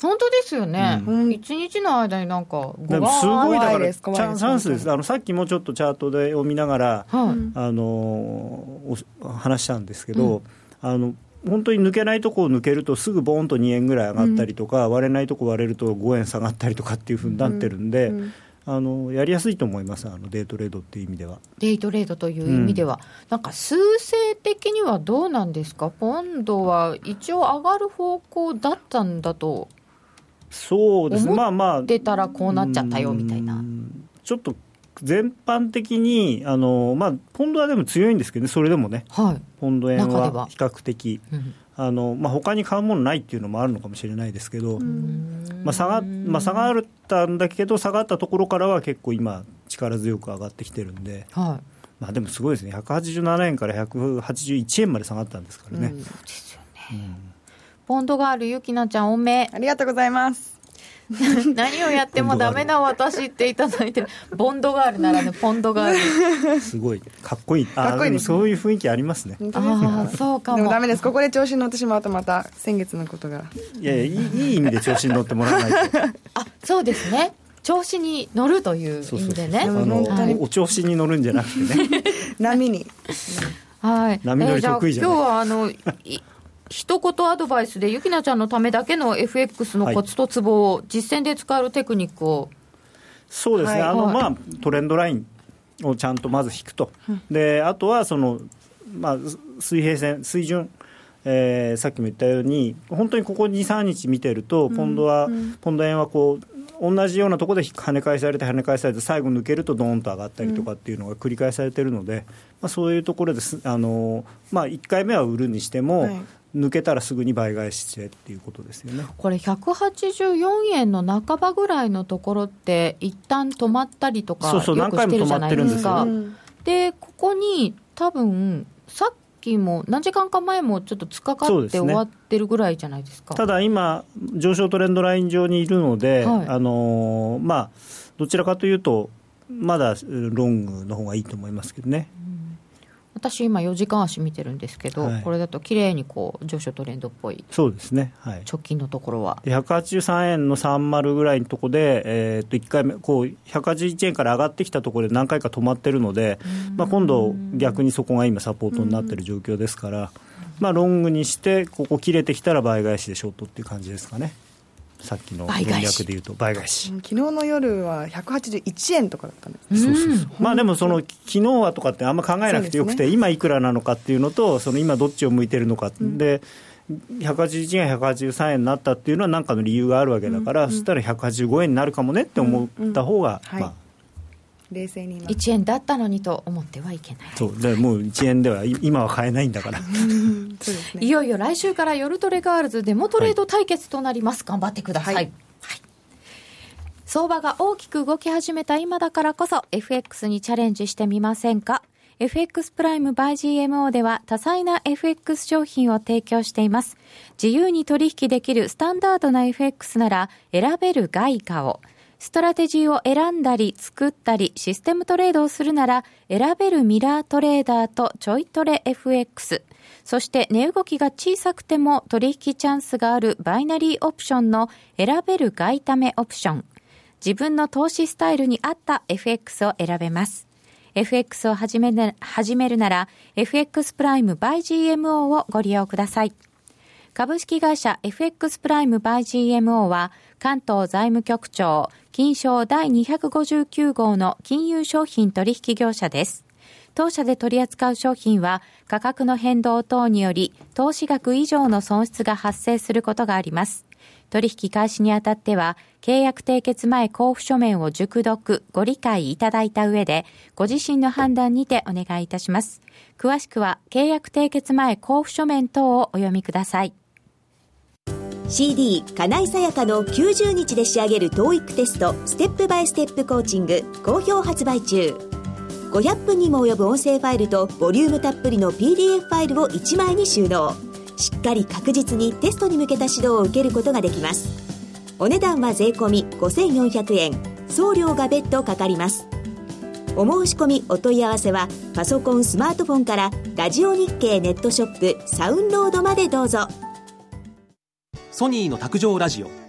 ですよね、うん、いちにちの間になんかでもすごいだからチャンスチャンスです。あのさっきもちょっとチャートでを見ながら、うん、あの話したんですけど、うん、あの本当に抜けないとこを抜けるとすぐボーンとにえんぐらい上がったりとか、うん、割れないとこ割れるとごえん下がったりとかっていうふうになってるんで、うんうん、あのやりやすいと思います。あのデイトレードっていう意味では。 デイトレードという意味では、うん、なんか数勢的にはどうなんですか。ポンドは一応上がる方向だったんだとそうですね、まあまあ思ってたらこうなっちゃったよみたいな、 ちょっと全般的にあの、まあ、ポンドはでも強いんですけどね、それでもね、はい、ポンド円は比較的、うんあのまあ、他に買うものないっていうのもあるのかもしれないですけど、まあ下がまあ、下がったんだけど下がったところからは結構今力強く上がってきてるんで、はいまあ、でもすごいですね。ひゃくはちじゅうななえんからひゃくはちじゅういちえんまで下がったんですからね、うん、そうですよね、うん、 ポンドガールゆきなちゃんおめありがとうございます。 何をやってもダメな私っていただいてるボンドガールならぬポンドガールすごいかっこいい。あかっこいい、ね、そういう雰囲気ありますね。 あそうかも。 でもダメです。ここで調子に乗ってしまうとまた先月のことがいやいやいい、いい意味で調子に乗ってもらわないとあそうですね、調子に乗るという意味でね。 そうそうそうあの、はい、お調子に乗るんじゃなくてね波にはい、 波乗り得意じゃない、 えー、今日はあの一言アドバイスでゆきなちゃんのためだけの エフエックス のコツとツボを実践で使えるテクニックを、はい、 そうですね、はいあのまあ、トレンドラインをちゃんとまず引くと、うん、であとはその、まあ、水平線水準、えー、さっきも言ったように本当にここ にさんにち見てるとポンドは、うんうん、ポンド円はこう同じようなところで跳ね返されて跳ね返されて最後抜けるとドーンと上がったりとかっていうのが繰り返されてるので、うんまあ、そういうところですあの、まあ、いっかいめは売るにしても、はい抜けたらすぐに倍返ししてっていうことですよね。 これひゃくはちじゅうよんえんの半ばぐらいのところって一旦止まったりとかよくしてるじゃないですか。でここに多分さっきも何時間か前もちょっと突っかかって終わってるぐらいじゃないですか。 ただ今上昇トレンドライン上にいるので、はいあのーまあ、どちらかというとまだロングの方がいいと思いますけどね。 私今よじかん足見てるんですけど、はい、これだと綺麗にこう上昇トレンドっぽい。 そうですね、はい、 直近のところはひゃくはちじゅうさんえんのさんじゅうぐらいのところで、えー、っといっかいめこうひゃくはちじゅういちえんから上がってきたところで何回か止まってるので、まあ、今度逆にそこが今サポートになってる状況ですから、まあ、ロングにしてここ切れてきたら倍返しでショートっていう感じですかね。さっきの文脈でいうと倍返し、 昨日の夜はひゃくはちじゅういちえんとかだったんです。 そうそうそう、まあ、でもその昨日はとかってあんま考えなくてよくて、ね、今いくらなのかっていうのとその今どっちを向いてるのか、うん、でひゃくはちじゅういちえんがひゃくはちじゅうさんえんになったっていうのは何かの理由があるわけだから、うん、そしたらひゃくはちじゅうごえんになるかもねって思った方が、うんうんまあはい冷静にいちえんだったのにと思ってはいけない。 そうでもういちえんでは今は買えないんだからそうです、ね、いよいよ来週から夜トレガールズデモトレード対決となります、はい、頑張ってください、はいはい、相場が大きく動き始めた今だからこそ エフエックス にチャレンジしてみませんか。 エフエックス プライム by ジーエムオー では多彩な エフエックス 商品を提供しています。自由に取引できるスタンダードな エフエックス なら選べる外貨を、ストラテジーを選んだり作ったりシステムトレードをするなら選べるミラートレーダーとちょいトレ エフエックス、 そして値動きが小さくても取引チャンスがあるバイナリーオプションの選べる外為オプション。自分の投資スタイルに合った エフエックス を選べます。 エフエックス を始める、始めるなら エフエックス プライム by ジーエムオー をご利用ください。株式会社 エフエックス プライム by ジーエムオー は関東財務局長金商第にひゃくごじゅうきゅう号の金融商品取引業者です。当社で取り扱う商品は価格の変動等により投資額以上の損失が発生することがあります。取引開始にあたっては契約締結前交付書面を熟読ご理解いただいた上でご自身の判断にてお願いいたします。詳しくは契約締結前交付書面等をお読みください。 シーディー 金井さやかのきゅうじゅうにちで仕上げる トーイック テストステップバイステップコーチング好評発売中。ごひゃっぷんにも及ぶ音声ファイルとボリュームたっぷりの ピーディーエフ ファイルをいちまいに収納。しっかり確実にテストに向けた指導を受けることができます。お値段は税込みごせんよんひゃくえん、送料が別途かかります。お申し込みお問い合わせはパソコンスマートフォンからラジオ日経ネットショップサウンロードまでどうぞ。 ソニーの卓上ラジオ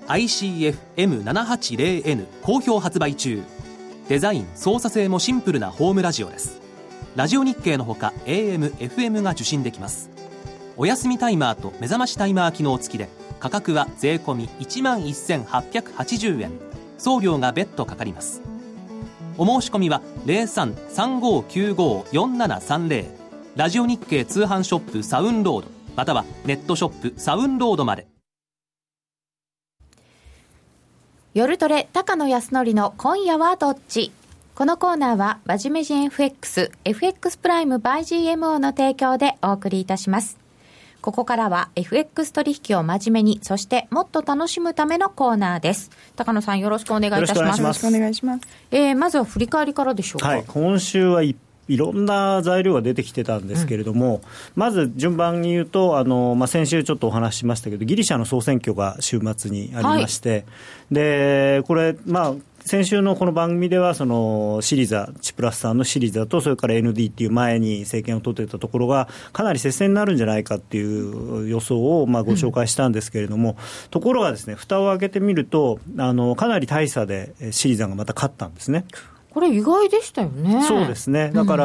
アイシーエフエムななはちゼロエヌ 好評発売中。デザイン操作性もシンプルなホームラジオです。ラジオ日経のほか エーエム、エフエム が受信できます。お休みタイマーと目覚ましタイマー機能付きで価格は税込み いちまんせんはっぴゃくはちじゅうえん、送料が別途かかります。お申し込みは ゼロさん さんごきゅうご よんななさんゼロ ラジオ日経通販ショップサウンロードまたはネットショップサウンロードまで。 夜トレ高野康則の今夜はどっち。このコーナーは真面目人 エフエックス エフエックス プライム by ジーエムオー の提供でお送りいたします。ここからは エフエックス 取引を真面目に、そしてもっと楽しむためのコーナーです。高野さんよろしくお願いいたします。 よろしくお願いします。 えー、まずは振り返りからでしょうか。 はい、今週はいいろんな材料が出てきてたんですけれども、うん、まず順番に言うとあの、まあ、先週ちょっとお話ししましたけどギリシャの総選挙が週末にありまして、はい、でこれまあ先週のこの番組ではそのシリザチプラスさんのシリザとそれから エヌディー っていう前に政権を取っていたところがかなり接戦になるんじゃないかっていう予想をまあご紹介したんですけれども、うん、ところがですね蓋を開けてみるとあのかなり大差でシリザがまた勝ったんですね。 これ意外でしたよね。 そうですね。だから、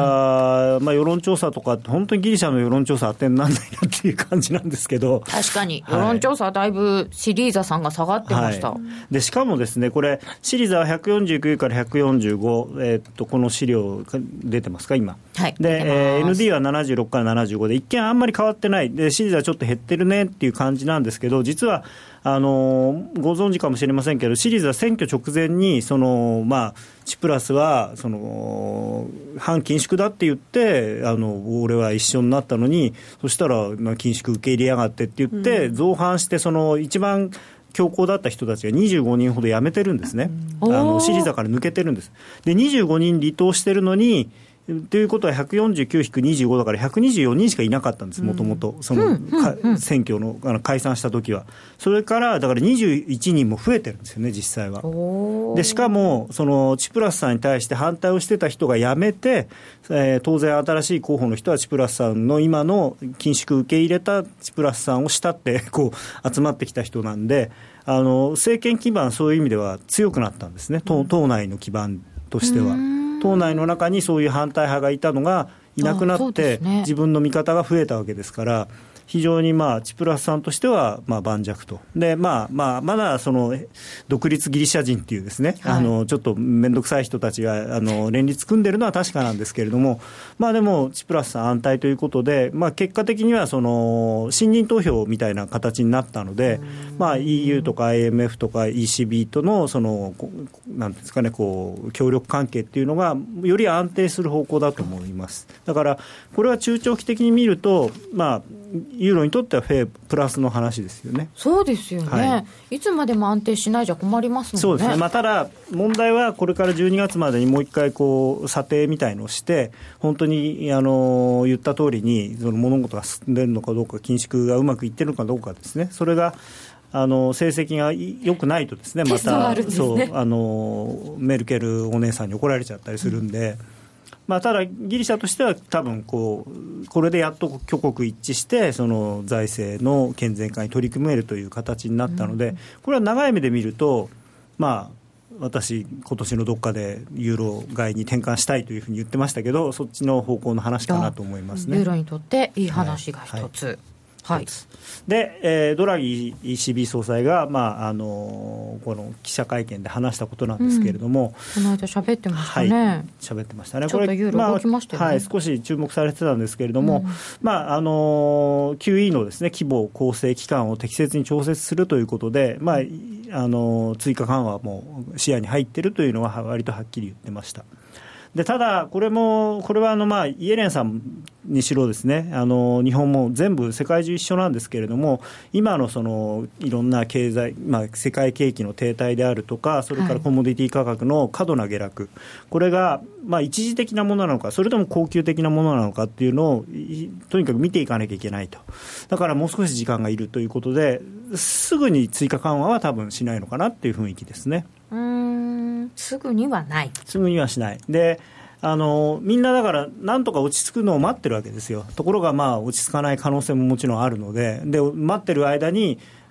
うんまあ、世論調査とか本当にギリシャの世論調査当てにならないなっていう感じなんですけど、 確かに世論調査はだいぶシリーザさんが下がってました、はい、 でしかもですねこれシリーザはひゃくよんじゅうきゅうからひゃくよんじゅうご、えー、っとこの資料出てますか今、 はい、 で、えー、エヌディー はななじゅうろくからななじゅうごで一見あんまり変わってないでシリーザはちょっと減ってるねっていう感じなんですけど、実はあのご存知かもしれませんけどシリーズは選挙直前にその、まあ、チプラスはその反緊縮だって言ってあの俺は一緒になったのにそしたら、まあ、緊縮受け入れやがってって言って、うん、造反してその一番強硬だった人たちがにじゅうごにんほど辞めてるんですね、うん、あのシリーザから抜けてるんです。でにじゅうごにん離党してるのにということはひゃくよんじゅうきゅう引くにじゅうごだからひゃくにじゅうよにんしかいなかったんですもともとその、うんうんうん、選挙 の, あの解散した時は。それからだからにじゅういちにんも増えてるんですよね実際は。でしかもそのチプラスさんに対して反対をしてた人が辞めて、えー、当然新しい候補の人はチプラスさんの今の緊縮受け入れたチプラスさんを慕ってこう集まってきた人なんであの政権基盤そういう意味では強くなったんですね 党, 党内の基盤としては。党内の中にそういう反対派がいたのがいなくなって、ね、自分の味方が増えたわけですから非常にまあチプラスさんとしてはまあ盤石と。で、まあまあ、まだその独立ギリシャ人っていうですね、はい、あのちょっと面倒くさい人たちがあの連立組んでるのは確かなんですけれども、まあ、でもチプラスさん安泰ということで、まあ、結果的にはその信任投票みたいな形になったので、まあ、イーユー とか アイエムエフ とか イーシービー とのそのなんですかねこう協力関係っていうのがより安定する方向だと思います。だからこれは中長期的に見るとまあユーロにとってはフェプラスの話ですよね。 そうですよね、はい、いつまでも安定しないじゃ困りますもんね。 そうですね、まあ、ただ問題はこれからじゅうにがつまでにもう一回こう査定みたいのをして本当にあの言った通りにその物事が進んでるのかどうか緊縮がうまくいってるのかどうかですね。それがあの成績が良くないとですねまたですねそうあのメルケルお姉さんに怒られちゃったりするんで、うんまあ、ただギリシャとしては多分こうこれでやっと挙国一致してその財政の健全化に取り組めるという形になったので、これは長い目で見るとまあ私今年のどっかでユーロ買いに転換したいというふうに言ってましたけどそっちの方向の話かなと思いますね。 ユーロにとっていい話が一つ、はいはいはい、 で、えー、ドラギ イーシービー 総裁が、まああのー、この記者会見で話したことなんですけれども、 うん、この間喋ってましたね。はい、 喋ってましたね。 ちょっとユーロ動きましたよね、 まあはい、少し注目されてたんですけれども、うんまああのー、キューイー のですね規模構成期間を適切に調節するということで、まああのー、追加緩和も視野に入っているというのは割とはっきり言ってました。でただこれもこれはあのまあイエレンさんにしろですねあの日本も全部世界中一緒なんですけれども今のそのいろんな経済、まあ、世界景気の停滞であるとかそれからコモディティ価格の過度な下落、はい、これがまあ一時的なものなのかそれとも恒久的なものなのかっていうのをとにかく見ていかなきゃいけないと。だからもう少し時間がいるということですぐに追加緩和は多分しないのかなっていう雰囲気ですね。 うーんすぐにはないすぐにはしないであのみんなだからなんとか落ち着くのを待ってるわけですよ。ところがまあ落ち着かない可能性ももちろんあるので、で待ってる間に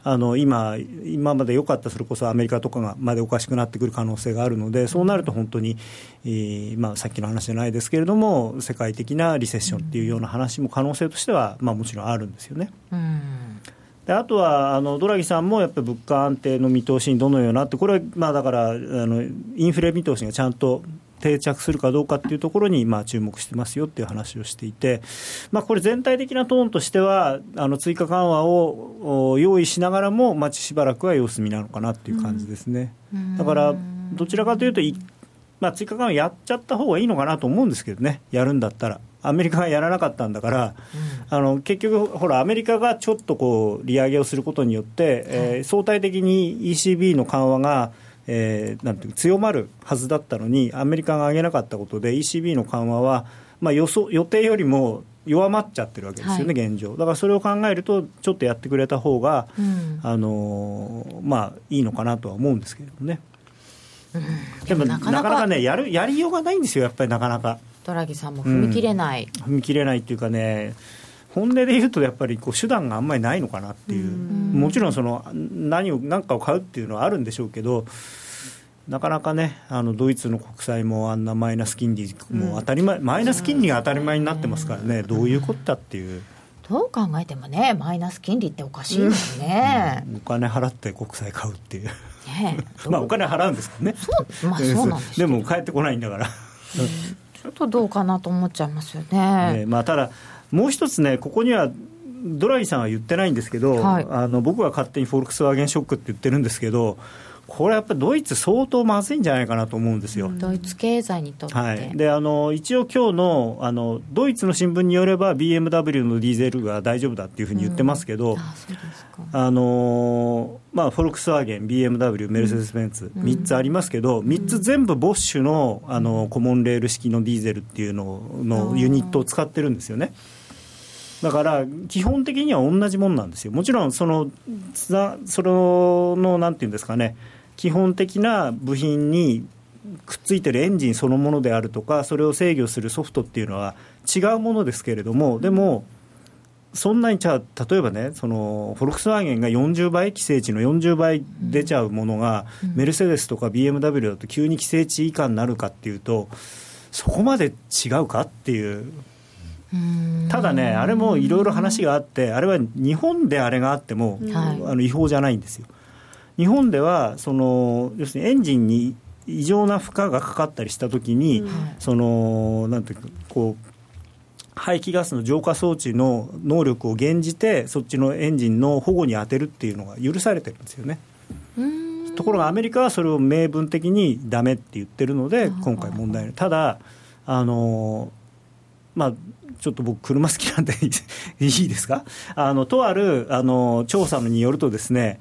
あの 今, 今まで良かったそれこそアメリカとかがまでおかしくなってくる可能性があるので、そうなると本当に、えーまあ、さっきの話じゃないですけれども世界的なリセッションっていうような話も可能性としては、まあ、もちろんあるんですよね。うん、であとはあのドラギさんもやっぱり物価安定の見通しにどのようなって、これはまあだからあのインフレ見通しがちゃんと定着するかどうかっていうところにまあ注目してますよっていう話をしていて、まあ、これ全体的なトーンとしてはあの追加緩和を用意しながらも、まあ、しばらくは様子見なのかなっていう感じですね。だからどちらかというと、まあ、追加緩和やっちゃった方がいいのかなと思うんですけどね、やるんだったら。アメリカがやらなかったんだから、うん、あの結局ほらアメリカがちょっとこう利上げをすることによって、はい、えー、相対的に イーシービー の緩和がえー、なんていう強まるはずだったのにアメリカが上げなかったことで イーシービー の緩和は、まあ、予想予定よりも弱まっちゃってるわけですよね、はい、現状だからそれを考えるとちょっとやってくれた方が、うん、あのー、まあいいのかなとは思うんですけれどね、うん、でもなかなか、なかなかねやるやりようがないんですよ、やっぱりなかなかドラギさんも踏み切れない、 うん、踏み切れないっていうかね、本音で言うとやっぱりこう手段があんまりないのかなっていう、うん、もちろんその何を何かを買うっていうのはあるんでしょうけど、なかなかね、あのドイツの国債もあんなマイナス金利も当たり前、うん、マイナス金利が当たり前になってますからね、どういうことだっていう、 どう考えてもねマイナス金利っておかしいですね、 うん、お金払って国債買うっていう、ね、まあお金払うんですけどね、 そう、まあ、そうなんですでも返ってこないんだから、 うん、ちょっとどうかなと思っちゃいますよね。 ね、まあ、ただもう一つね、ここにはドラギさんは言ってないんですけど、はい、あの僕は勝手にフォルクスワーゲンショックって言ってるんですけど、これやっぱりドイツ相当まずいんじゃないかなと思うんですよ、 ドイツ経済にとって、 はい、であの一応今日の、あのドイツの新聞によれば ビーエムダブリュー のディーゼルが大丈夫だっていうふうに言ってますけど、うん、あそうですか、あのまあ、フォルクスワーゲン、ビーエムダブリュー、メルセデス・ベンツ、うん、みっつありますけど、みっつ全部ボッシュ の, あのコモンレール式のディーゼルっていうののユニットを使ってるんですよね。だから基本的には同じもんなんですよ。もちろんそのそのなんていうんですかね、基本的な部品にくっついてるエンジンそのものであるとか、それを制御するソフトっていうのは違うものですけれども、でもそんなにじゃあ例えばね、そのフォルクスワーゲンがよんじゅうばい、規制値のよんじゅうばい出ちゃうものが、うん、メルセデスとか ビーエムダブリュー だと急に規制値以下になるかっていうと、そこまで違うかっていう。ただね、あれもいろいろ話があって、あれは日本であれがあっても、はい、あの違法じゃないんですよ。日本ではその要するにエンジンに異常な負荷がかかったりしたときに、うん、そのなんていうかこう排気ガスの浄化装置の能力を減じてそっちのエンジンの保護に当てるっていうのが許されてるんですよね。うーん、ところがアメリカはそれを明文的にダメって言ってるので今回問題。ただあのまあちょっと僕車好きなんでいいですか、あのとあるあの調査によるとですね、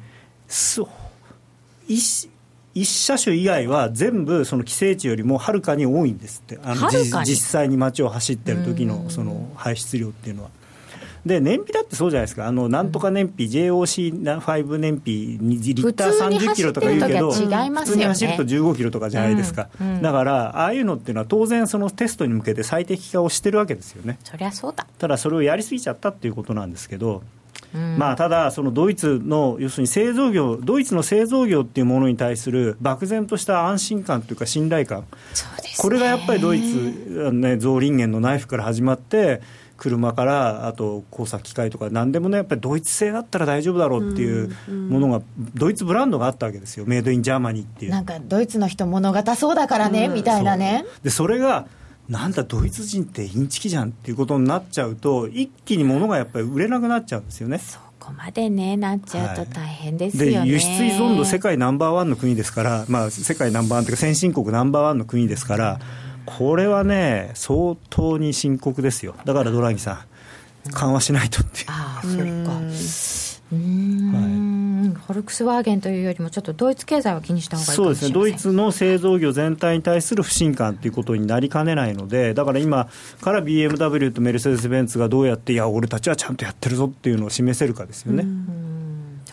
一, 一車種以外は全部その規制値よりもはるかに多いんですって、あの実際に街を走ってる時のその排出量っていうのは。で燃費だってそうじゃないですか、あのなんとか燃費 ジェイオーシーファイブ 燃費リッターさんじゅっキロとか言うけど、普通に走るとじゅうごキロとかじゃないですか、うんうん、だからああいうのっていうのは当然そのテストに向けて最適化をしてるわけですよね。 そりゃそうだ。 ただそれをやりすぎちゃったっていうことなんですけど、うん、まあ、ただそのドイツの要するに製造業、ドイツの製造業っていうものに対する漠然とした安心感というか信頼感、 そうですね、 これがやっぱりドイツ、ね、ゾーリンゲンのナイフから始まって車からあと工作機械とか何でもね、やっぱりドイツ製だったら大丈夫だろうっていうものが、うんうん、ドイツブランドがあったわけですよ、メイドインジャーマニーっていう。 なんかドイツの人物堅そうだからね、うん、みたいなね。 そでそれがなんだドイツ人ってインチキじゃんっていうことになっちゃうと一気に物がやっぱり売れなくなっちゃうんですよね。 そこまでねなっちゃうと大変ですよね、 はい、で輸出依存度世界ナンバーワンの国ですから、まあ、世界ナンバーワンというか先進国ナンバーワンの国ですから、これはね相当に深刻ですよ。だからドラギさん緩和しないとっていう。 ああ、そうか。うーん、はい、フォルクスワーゲンというよりもちょっとドイツ経済は気にした方がいいかもしれません。 そうですね、ドイツの製造業全体に対する不信感ということになりかねないので、だから今から ビーエムダブリュー とメルセデス・ベンツがどうやっていや俺たちはちゃんとやってるぞっていうのを示せるかですよね。うん、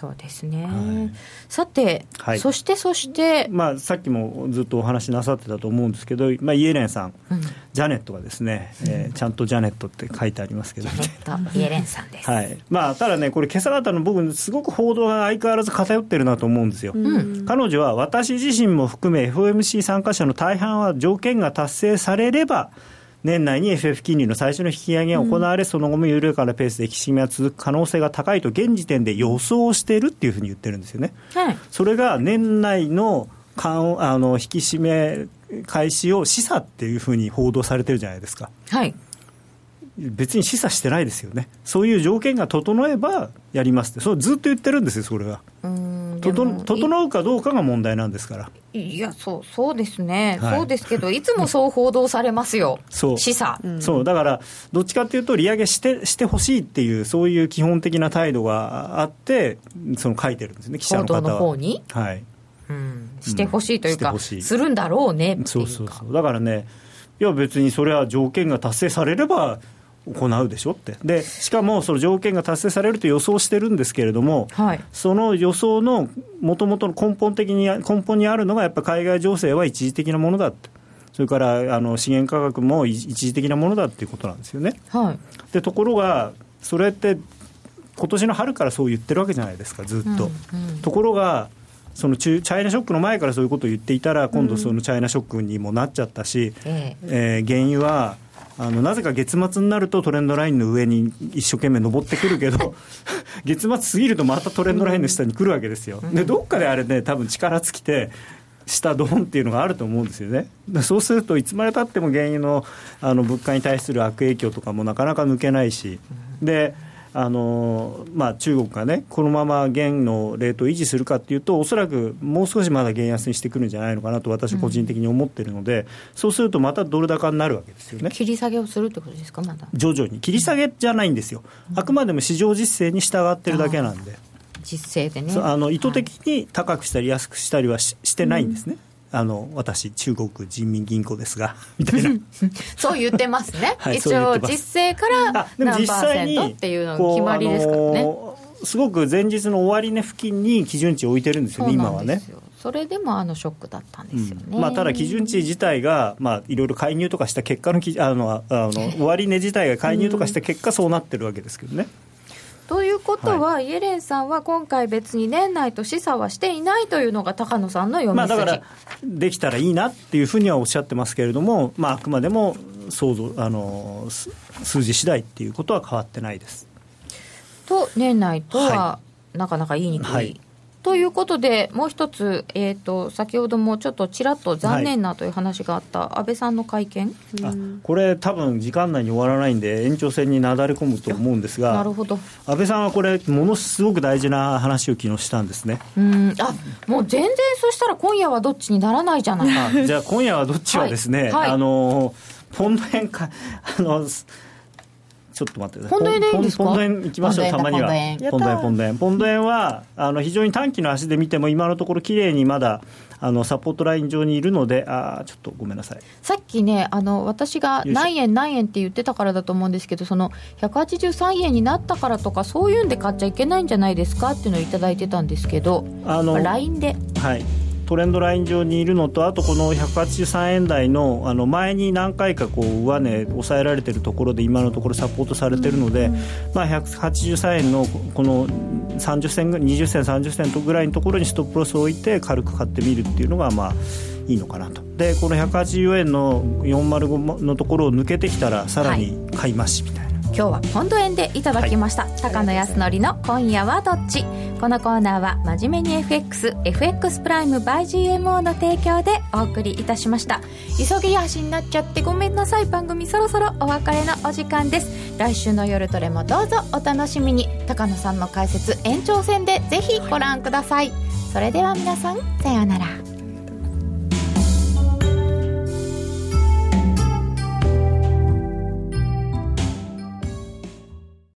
そうですね、はい、さて、 はい、 そしてそして、 まあ、さっきもずっとお話しなさってたと思うんですけど、まあ、イエレンさん、うん、ジャネットがですね、うんえー、ちゃんとジャネットって書いてありますけど、 ジャネットイエレンさんです、 はいまあ、ただねこれ今朝方の僕すごく報道が相変わらず偏ってるなと思うんですよ、うん、彼女は私自身も含め エフオーエムシー 参加者の大半は条件が達成されれば年内に エフエフ 金利の最初の引き上げが行われ、うん、その後も緩やかなペースで引き締めが続く可能性が高いと現時点で予想しているっていうふうに言ってるんですよね、はい、それが年内の緩あの引き締め開始を示唆っていうふうに報道されてるじゃないですか。 はい別に示唆してないですよね。そういう条件が整えばやりますってそれずっと言ってるんですよ。それはうーん整うかどうかが問題なんですから。 いやそうそうですね、はい、そうですけどいつもそう報道されますよそう示唆、 うん、そうだからどっちかというと利上げしてしてほしいっていうそういう基本的な態度があってその書いてるんですね記者の方は。 報道の方に、 はいうん、してほしいというか、うん、 すするんだろうねっていうかそうそうそうだからねいや別にそれは条件が達成されれば行うでしょってでしかもその条件が達成されると予想してるんですけれども、はい、その予想のもともとの根本的に根本にあるのがやっぱ海外情勢は一時的なものだってそれからあの資源価格も一時的なものだっていうことなんですよね、はい、でところがそれって今年の春からそう言ってるわけじゃないですかずっと、うんうん、ところがそのチャイナショックの前からそういうことを言っていたら今度そのチャイナショックにもなっちゃったし、うんええー、原油はあのなぜか月末になるとトレンドラインの上に一生懸命登ってくるけど月末過ぎるとまたトレンドラインの下に来るわけですよ。でどっかであれね多分力尽きて下ドンっていうのがあると思うんですよね。そうするといつまでたっても原油の、あの物価に対する悪影響とかもなかなか抜けないしであのまあ、中国がねこのまま元のレートを維持するかというとおそらくもう少しまだ元安にしてくるんじゃないのかなと私は個人的に思っているので、うん、そうするとまたドル高になるわけですよね。 切り下げをするってことですかまだ徐々に切り下げじゃないんですよ、うん、あくまでも市場実勢に従ってるだけなんで実勢でねあの意図的に高くしたり安くしたりは し, してないんですね、うんあの私中国人民銀行ですがみたいなそう言ってますね、はい、一応実勢から何パーセントっていうのが決まりですからね。 すごく前日の終値付近に基準値を置いてるんですよね今はね。 それでもあのショックだったんですよね、 うんまあ、ただ基準値自体が、まあ、いろいろ介入とかした結果のあのあの終値自体が介入とかした結果そうなってるわけですけどね、 うん、ということは、はい、イエレンさんは今回別に年内と示唆はしていないというのが高野さんの読み筋、 まあ、だからできたらいいなっていうふうにはおっしゃってますけれども、まあ、あくまでも想像あの数字次第っていうことは変わってないですと年内とはなかなか言いにくい、はいはいということでもう一つ、えー、と先ほどもちょっとちらっと残念なという話があった安倍さんの会見、 はい、あこれ多分時間内に終わらないんで延長戦になだれ込むと思うんですがなるほど安倍さんはこれものすごく大事な話を昨日したんですね。 うんあもう全然そしたら今夜はどっちにならないじゃないかじゃあ今夜はどっちはですね、はいはい、あのポンド円かあのちょっと待ってください。 ポンド円でいいんですか？ ポンド円行きましょう。たまにはポンド円ポンド円ポンド円ポンド円はあの非常に短期の足で見ても今のところ綺麗にまだあのサポートライン上にいるのであちょっとごめんなさい。 さっきねあの私が何円何円って言ってたからだと思うんですけどそのひゃくはちじゅうさんえんになったからとかそういうんで買っちゃいけないんじゃないですかっていうのをいただいてたんですけどあの ライン ではいトレンドライン上にいるのとあとこのひゃくはちじゅうさんえん台 の, あの前に何回かこう上値抑えられているところで今のところサポートされているので、うんまあ、ひゃくはちじゅうさんえんのこのさんじゅっせんにじゅっせんさんじゅっせんぐらいのところにストップロスを置いて軽く買ってみるっていうのがまあいいのかなと。でこのひゃくはちじゅうえんのよんひゃくごのところを抜けてきたらさらに買い増しみたいな、はい今日はポンド円でいただきました、はい、高野康則の今夜はどっち。このコーナーは真面目に エフエックス エフエックス プライム by ジーエムオー の提供でお送りいたしました。急ぎ足になっちゃってごめんなさい。番組そろそろお別れのお時間です。来週の夜トレもどうぞお楽しみに。高野さんの解説延長戦でぜひご覧ください。それでは皆さんさようなら。